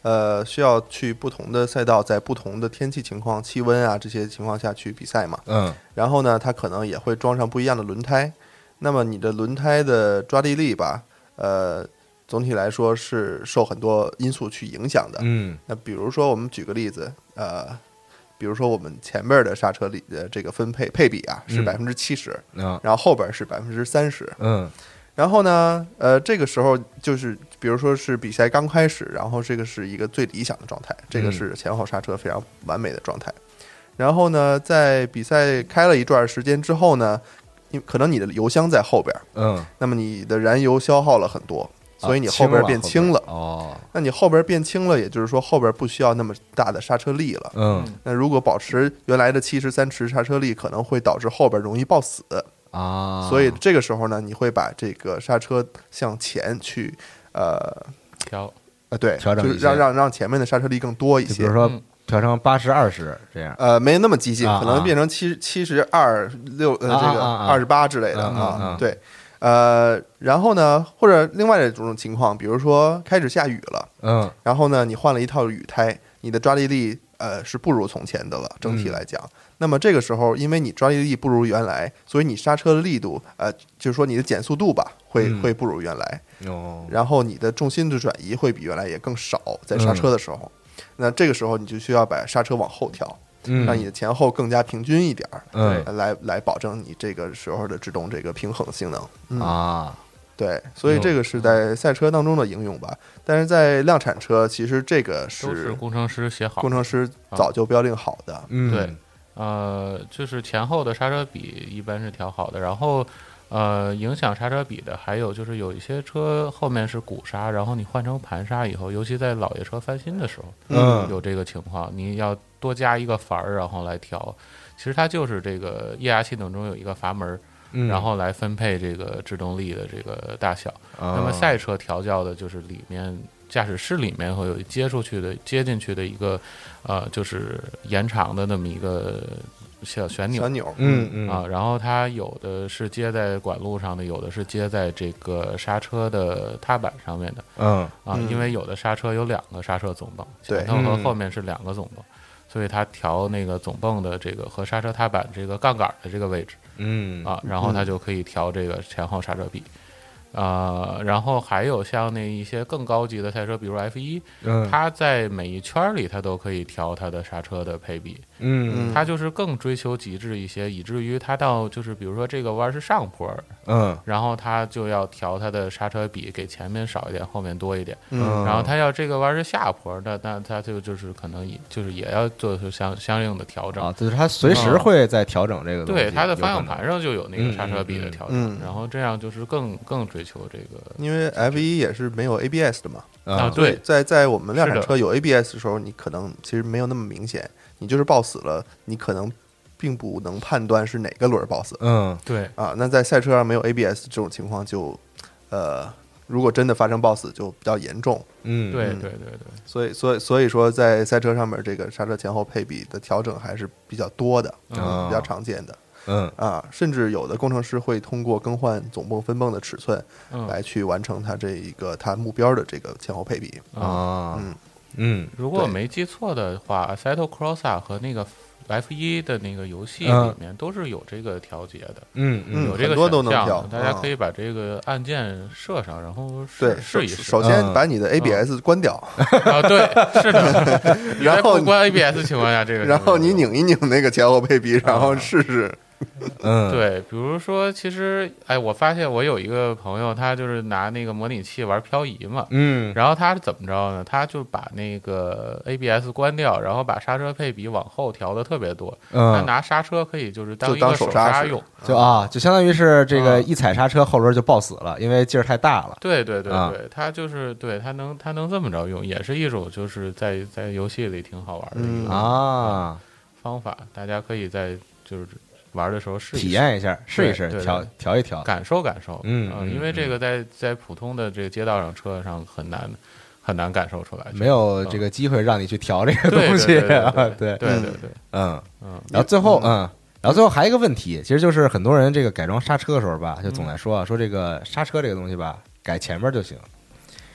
呃，需要去不同的赛道，在不同的天气情况、气温啊这些情况下去比赛嘛。 嗯， 然后呢，它可能也会装上不一样的轮胎。那么你的轮胎的抓地力吧，呃，总体来说是受很多因素去影响的。 嗯， 那比如说我们举个例子，呃，比如说我们前边的刹车力的这个分配配比啊是百分之七十，然后后边是百分之三十。 嗯。 然后呢，呃，这个时候就是，比如说是比赛刚开始，然后这个是一个最理想的状态，这个是前后刹车非常完美的状态。然后呢，在比赛开了一段时间之后呢，因可能你的油箱在后边， 嗯， 那么你的燃油消耗了很多，所以你后边变轻了。 哦， 那你后边变轻了，也就是说后边不需要那么大的刹车力了。 嗯， 那如果保持原来的七十三十刹车力，可能会导致后边容易抱死。 啊， 所以这个时候呢，你会把这个刹车向前去，呃， 调， 呃，对， 调整一些， 就是让让让前面的刹车力更多一些。 比如说调成八十二十这样， 呃，没那么激进， 啊、 可能变成七七十二六呃这个二十八之类的啊, 啊, 啊, 啊。对，呃，然后呢，或者另外的这种情况，比如说开始下雨了， 嗯， 然后呢，你换了一套雨胎，你的抓地力呃是不如从前的了，整体来讲。嗯，那么这个时候，因为你抓地力不如原来，所以你刹车的力度，呃，就是说你的减速度吧，会、嗯、会不如原来。 哦。 然后你的重心的转移会比原来也更少，在刹车的时候，嗯、那这个时候你就需要把刹车往后调， 嗯、 让你的前后更加平均一点， 嗯， 来来保证你这个时候的制动这个平衡性能。嗯、 啊， 对，所以这个是在赛车当中的应用吧。但是在量产车，其实这个是都是工程师写好， 工程师早就标定好的。啊、 嗯， 对。呃，就是前后的刹车比一般是调好的，然后呃，影响刹车比的还有就是有一些车后面是鼓刹，然后你换成盘刹以后，尤其在老爷车翻新的时候， 嗯， 有这个情况，你要多加一个阀儿，然后来调。其实它就是这个液压系统中有一个阀门， 嗯、 然后来分配这个制动力的这个大小。哦、那么赛车调教的就是里面。驾驶室里面会有接出去的、接进去的一个，呃，就是延长的那么一个小旋钮， 旋钮， 嗯嗯啊，然后它有的是接在管路上的，有的是接在这个刹车的踏板上面的， 嗯啊，因为有的刹车有两个刹车总泵， 对， 前头和后面是两个总泵，所以它调那个总泵的这个和刹车踏板这个杠杆的这个位置， 嗯啊，然后它就可以调这个前后刹车比。呃，然后还有像那一些更高级的赛车，比如 F 一， 嗯， 它在每一圈里它都可以调它的刹车的配比， 嗯， 它就是更追求极致一些，以至于它到就是比如说这个弯是上坡， 嗯， 然后它就要调它的刹车比，给前面少一点，后面多一点， 嗯， 然后它要这个弯是下坡，那那它就就是可能也就是也要做出相相应的调整啊，就是它随时会在调整这个东西， 对，它的方向盘上就有那个刹车比的调整， 嗯、 然后这样就是更更追求这个。 因为 F 一也是没有 A B S 的嘛， 啊，对， 在在我们量产车有 A B S 的时候，你可能其实没有那么明显，你就是抱死了，你可能并不能判断是哪个轮抱死。 嗯， 对啊，那在赛车上没有 A B S 这种情况就，呃，如果真的发生抱死就比较严重。 嗯， 对对对对， 所以所以所以说，在赛车上面这个刹车前后配比的调整还是比较多的， 嗯， 比较常见的。 嗯啊，甚至有的工程师会通过更换总泵分泵的尺寸， 嗯、 来去完成它这一个它目标的这个前后配比啊。 嗯嗯， 如果我没记错的话 ，Assetto Corsa 和那个 F 一的那个游戏里面都是有这个调节的。 嗯嗯， 有这个很多都能调， 大家可以把这个按键设上，然后对试一试。 首先把你的 A B S 关掉啊，对，是的。 然后不关 A B S 情况下，这个然后你拧一拧那个前后配比，然后试试。 嗯， 对，比如说，其实，哎，我发现我有一个朋友，他就是拿那个模拟器玩漂移嘛， 嗯， 然后他是怎么着呢？他就把那个 A B S 关掉，然后把刹车配比往后调的特别多， 嗯， 他拿刹车可以就是当一个手刹用， 就啊，就相当于是这个一踩刹车后轮就抱死了，因为劲儿太大了。 对对对对， 啊、 他就是对他能他能这么着用，也是一种就是在在游戏里挺好玩的一个、 嗯、 啊方法，大家可以在就是。玩的时候试一试体验一下，试一试， 对对对调调一调， 感受感受。 嗯， 呃、因为这个在在普通的这个街道上车上很难很难感受出来， 没有这个机会让你去调这个东西。 对对对对对对， 嗯嗯。 然后最后嗯，然后最后还有一个问题，其实就是很多人这个改装刹车的时候吧，就总在说说这个刹车这个东西吧，改前面就行。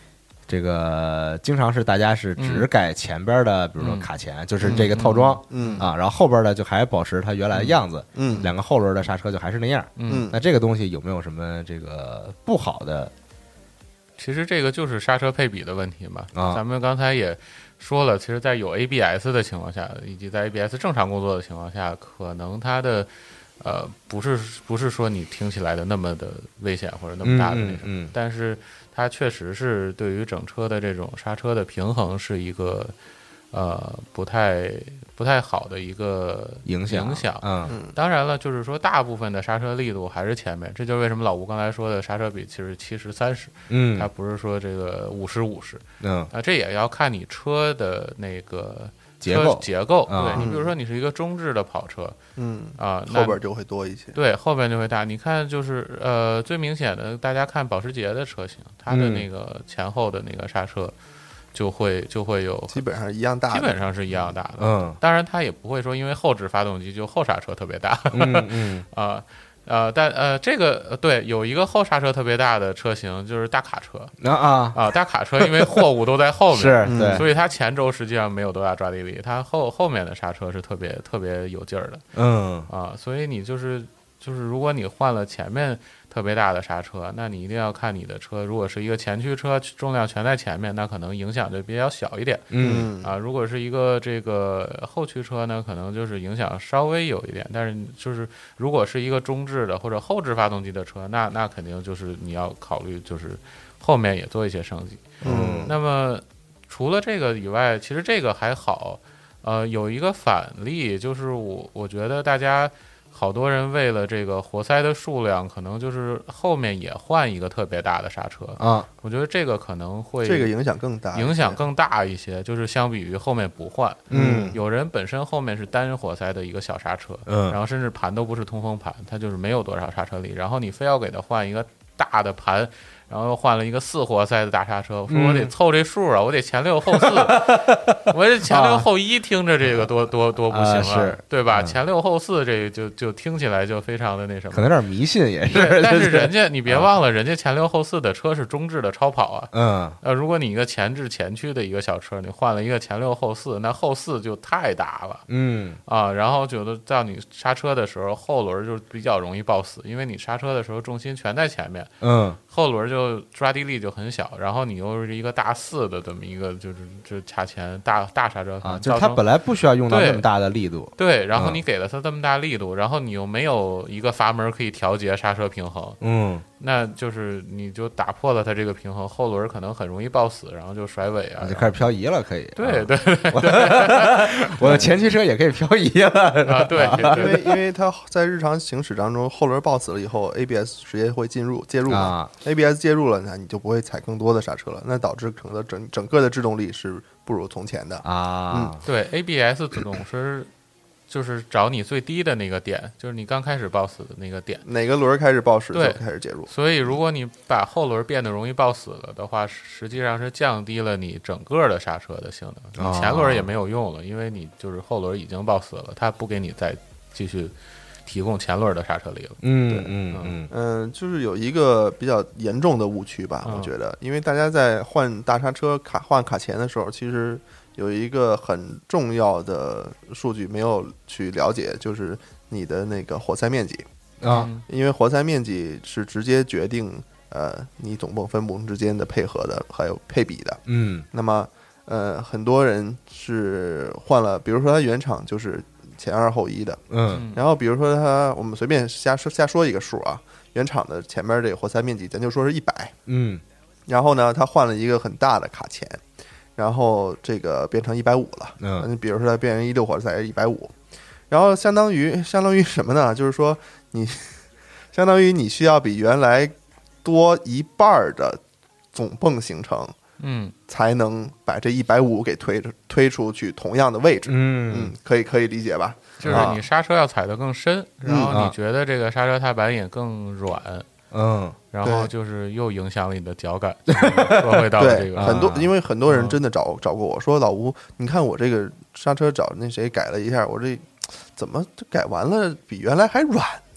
这个经常是大家是只改前边的，比如说卡钳，就是这个套装， 嗯啊，然后后边的就还保持它原来的样子， 嗯， 两个后轮的刹车就还是那样， 嗯， 那这个东西有没有什么这个不好的？ 其实这个就是刹车配比的问题嘛。 啊， 咱们刚才也说了，其实，在有 A B S 的情况下，以及在 A B S 正常工作的情况下，可能它的呃不是不是说你听起来的那么的危险或者那么大的那什么， 嗯嗯嗯、 但是它确实是对于整车的这种刹车的平衡是一个呃不太不太好的一个影响影响。 嗯， 当然了，就是说大部分的刹车力度还是前面，这就是为什么老吴刚才说的刹车比其实七十三十， 嗯， 它不是说这个五十五十， 嗯， 啊，这也要看你车的那个结构结构。 啊对你比如说你是一个中置的跑车， 嗯啊， 后边就会多一些。 对，后边就会大。你看，就是呃，最明显的，大家看保时捷的车型，它的那个前后的那个刹车。就会就会有基本上一样大， 基本上是一样大的。 嗯， 当然它也不会说因为后置发动机就后刹车特别大。 嗯嗯啊呃，但呃这个对有一个后刹车特别大的车型就是大卡车啊啊啊，大卡车因为货物都在后面， 是对， 所以它前轴实际上没有多大抓地力，它后后面的刹车是特别特别有劲儿的。 嗯啊，所以你就是就是如果你换了前面特别大的刹车，那你一定要看你的车，如果是一个前驱车，重量全在前面，那可能影响就比较小一点。 嗯啊，如果是一个这个后驱车呢，可能就是影响稍微有一点，但是就是如果是一个中置的或者后置发动机的车，那那肯定就是你要考虑就是后面也做一些升级。 嗯， 那么除了这个以外，其实这个还好，呃，有一个反例，就是我我觉得大家。好多人为了这个活塞的数量，可能就是后面也换一个特别大的刹车啊。 我觉得这个可能会这个影响更大， 影响更大一些。就是相比于后面不换， 嗯， 有人本身后面是单活塞的一个小刹车， 嗯， 然后甚至盘都不是通风盘，它就是没有多少刹车力，然后你非要给它换一个大的盘。然后又换了一个四活塞的大刹车，我说我得凑这数啊，我得前六后四，我这前六后一听着这个多多多不行啊， 是对吧？前六后四这个就就听起来就非常的那什么， 可能有点迷信也是。 但是人家你别忘了，人家前六后四的车是中置的超跑啊， 嗯， 呃，如果你一个前置前驱的一个小车，你换了一个前六后四，那后四就太大了， 嗯啊，然后觉得到你刹车的时候，后轮就比较容易抱死，因为你刹车的时候重心全在前面， 嗯， 后轮就抓地力就很小，然后你又是一个大四的这么一个，就是就卡钳大大刹车啊，就是它本来不需要用到那么大的力度， 对，然后你给了它这么大力度，然后你又没有一个阀门可以调节刹车平衡， 嗯， 那就是你就打破了它这个平衡，后轮可能很容易抱死，然后就甩尾啊， 就开始漂移了，可以， 对对对， 我的前驱车也可以漂移了啊，对， 因为因为它在日常行驶当中，后轮抱死了以后 ，A B S 直接会进入介入嘛 ，A B S 介入了，那你就不会踩更多的刹车了，那导致整个整整个的制动力是不如从前的啊。 嗯， 对 ，A B S 总是就是找你最低的那个点，就是你刚开始抱死的那个点， 哪个轮开始抱死就对开始介入。 所以如果你把后轮变得容易抱死了的话，实际上是降低了你整个的刹车的性能，你前轮也没有用了，因为你就是后轮已经抱死了，它不给你再继续提供前轮的刹车力了。 嗯嗯嗯嗯，就是有一个比较严重的误区吧， 嗯我觉得，因为大家在换大刹车卡换卡钳的时候，其实有一个很重要的数据没有去了解，就是你的那个活塞面积啊， 因为活塞面积是直接决定呃你总泵分泵之间的配合的，还有配比的。 嗯， 那么呃很多人是换了，比如说它原厂就是前二后一的， 嗯， 然后比如说它我们随便瞎说瞎说一个数啊，原厂的前面这个活塞面积咱就说是一百， 嗯， 然后呢它换了一个很大的卡钳，然后这个变成一百五了， 嗯， 比如说它变成一六活塞一百五，然后相当于相当于什么呢？就是说你相当于你需要比原来多一半的总泵行程， 嗯， 才能把这一百五给推推出去同样的位置。 嗯嗯，可以可以理解吧？ 就是你刹车要踩得更深，然后啊你觉得这个刹车踏板也更软， 嗯， 然后就是又影响了你的脚感。说回到这对， 个， 很多因为很多人嗯真的找找过我说，老吴，你看我这个刹车找那谁改了一下，我这怎么这改完了比原来还软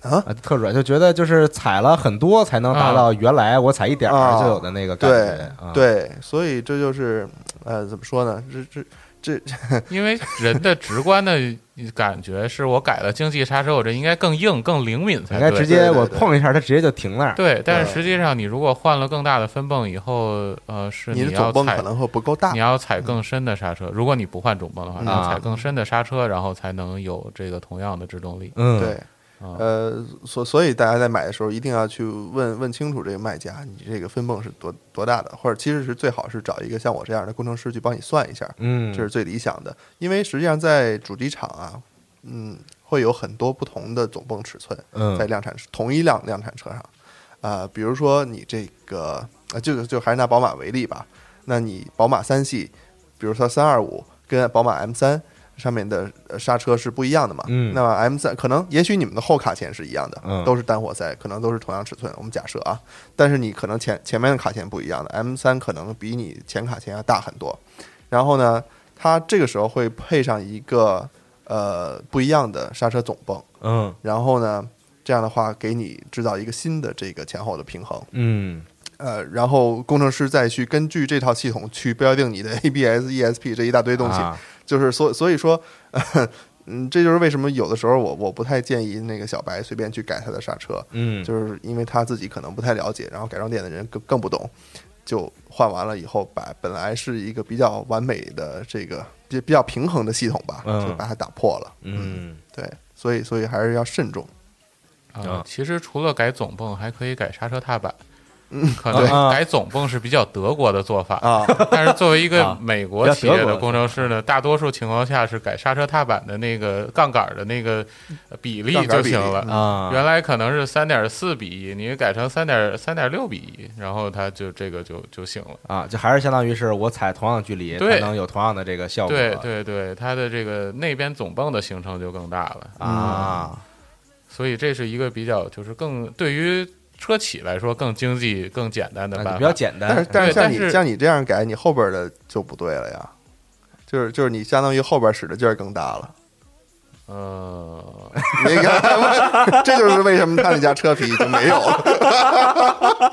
啊， 特软，就觉得就是踩了很多才能达到原来我踩一点儿就有的那个感觉。 对、 啊、 对，所以这就是呃，怎么说呢？这这这， 因为人的直观的感觉是我改了经济刹车，我这应该更硬、更灵敏才对。 应该直接我碰一下，它直接就停那儿。 对，但是实际上你如果换了更大的分泵以后，呃，是你的要踩总泵可能会不够大， 你要踩更深的刹车。如果你不换总泵的话， 嗯、 你要踩更深的刹车，然后才能有这个同样的制动力。 嗯， 对。呃，所所以大家在买的时候一定要去问问清楚这个卖家，你这个分泵是多多大的，或者其实是最好是找一个像我这样的工程师去帮你算一下， 嗯， 这是最理想的。因为实际上在主机厂啊，嗯，会有很多不同的总泵尺寸， 嗯， 在量产同一辆量产车上，啊、呃，比如说你这个，呃，就就还是拿宝马为例吧，那你宝马三系，比如说三二五跟宝马 M 三。上面的刹车是不一样的嘛？ 嗯， 那么 M 三可能也许你们的后卡钳是一样的， 嗯， 都是单活塞，可能都是同样尺寸，我们假设啊，但是你可能前前面的卡钳不一样的 ，M 三可能比你前卡钳要大很多。然后呢，它这个时候会配上一个呃不一样的刹车总泵， 嗯， 然后呢，这样的话给你制造一个新的这个前后的平衡， 嗯。 呃，然后工程师再去根据这套系统去标定你的 A B S、E S P 这一大堆东西， 啊、 就是所所以说，呃，嗯，这就是为什么有的时候我我不太建议那个小白随便去改他的刹车， 嗯， 就是因为他自己可能不太了解，然后改装店的人更更不懂，就换完了以后把本来是一个比较完美的这个比比较平衡的系统吧， 嗯、 就把它打破了， 嗯， 对，所以所以还是要慎重啊、呃。其实除了改总泵，还可以改刹车踏板。 嗯， 可能改总泵是比较德国的做法啊， 但是作为一个美国企业的工程师呢，大多数情况下是改刹车踏板的那个杠杆的那个比例就行了啊。 原来可能是三点四比一，你改成三点三点六比一，然后它就这个就就行了啊，就还是相当于是我踩同样的距离，才能有同样的这个效果。 对对对，它的这个那边总泵的行程就更大了啊、 嗯，所以这是一个比较就是更对于车企来说更经济、更简单的办法， 比较简单。 但是但是像你是像你这样改，你后边的就不对了呀，就是就是你相当于后边使的劲儿更大了。 呃， 你看，这就是为什么他那家车皮已经没有了。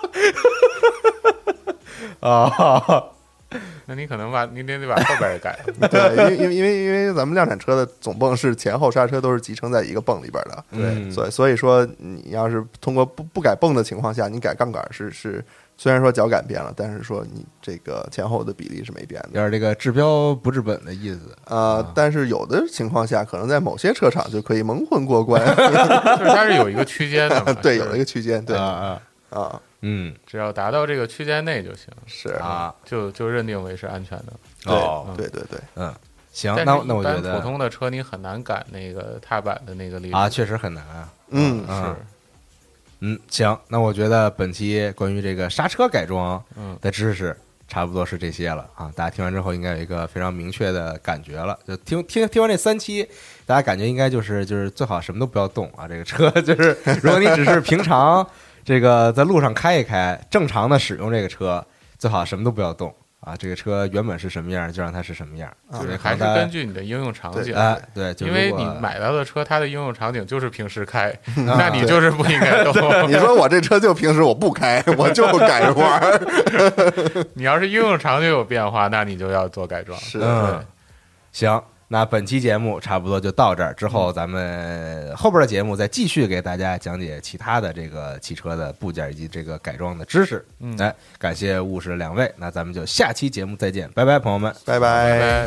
啊。 那你可能把你得得把后边也改了。 对，因为因为因为因为咱们量产车的总泵是前后刹车都是集成在一个泵里边的， 对， 所以所以说你要是通过不不改泵的情况下，你改杠杆是是虽然说脚感变了，但是说你这个前后的比例是没变的， 有点这个治标不治本的意思。 呃， 啊、 但是有的情况下，可能在某些车厂就可以蒙混过关， 就是它是有一个区间的嘛， 对，有一个区间，对啊啊。啊嗯， 只要达到这个区间内就行， 是啊， 就就认定为是安全的。 哦， 对对对， 嗯，行，那那我觉得普通的车你很难赶那个踏板的那个力啊，确实很难啊。 嗯， 是， 嗯，行，那我觉得本期关于这个刹车改装的知识差不多是这些了啊。大家听完之后应该有一个非常明确的感觉了。就听听听完这三期，大家感觉应该就是就是最好什么都不要动啊。这个车就是如果你只是平常。这个在路上开一开，正常的使用这个车，最好什么都不要动啊！这个车原本是什么样，就让它是什么样， 就是还是根据你的应用场景。 哎，对， 因为你买到的车，它的应用场景就是平时开，那你就是不应该动。 你说我这车就平时我不开，我就改玩。 你要是应用场景有变化，那你就要做改装。 是， 嗯，行。那本期节目差不多就到这儿，之后咱们后边的节目再继续给大家讲解其他的这个汽车的部件以及这个改装的知识。 嗯， 来，感谢务实两位，那咱们就下期节目再见，拜拜，朋友们， 拜拜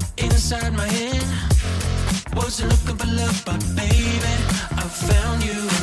拜。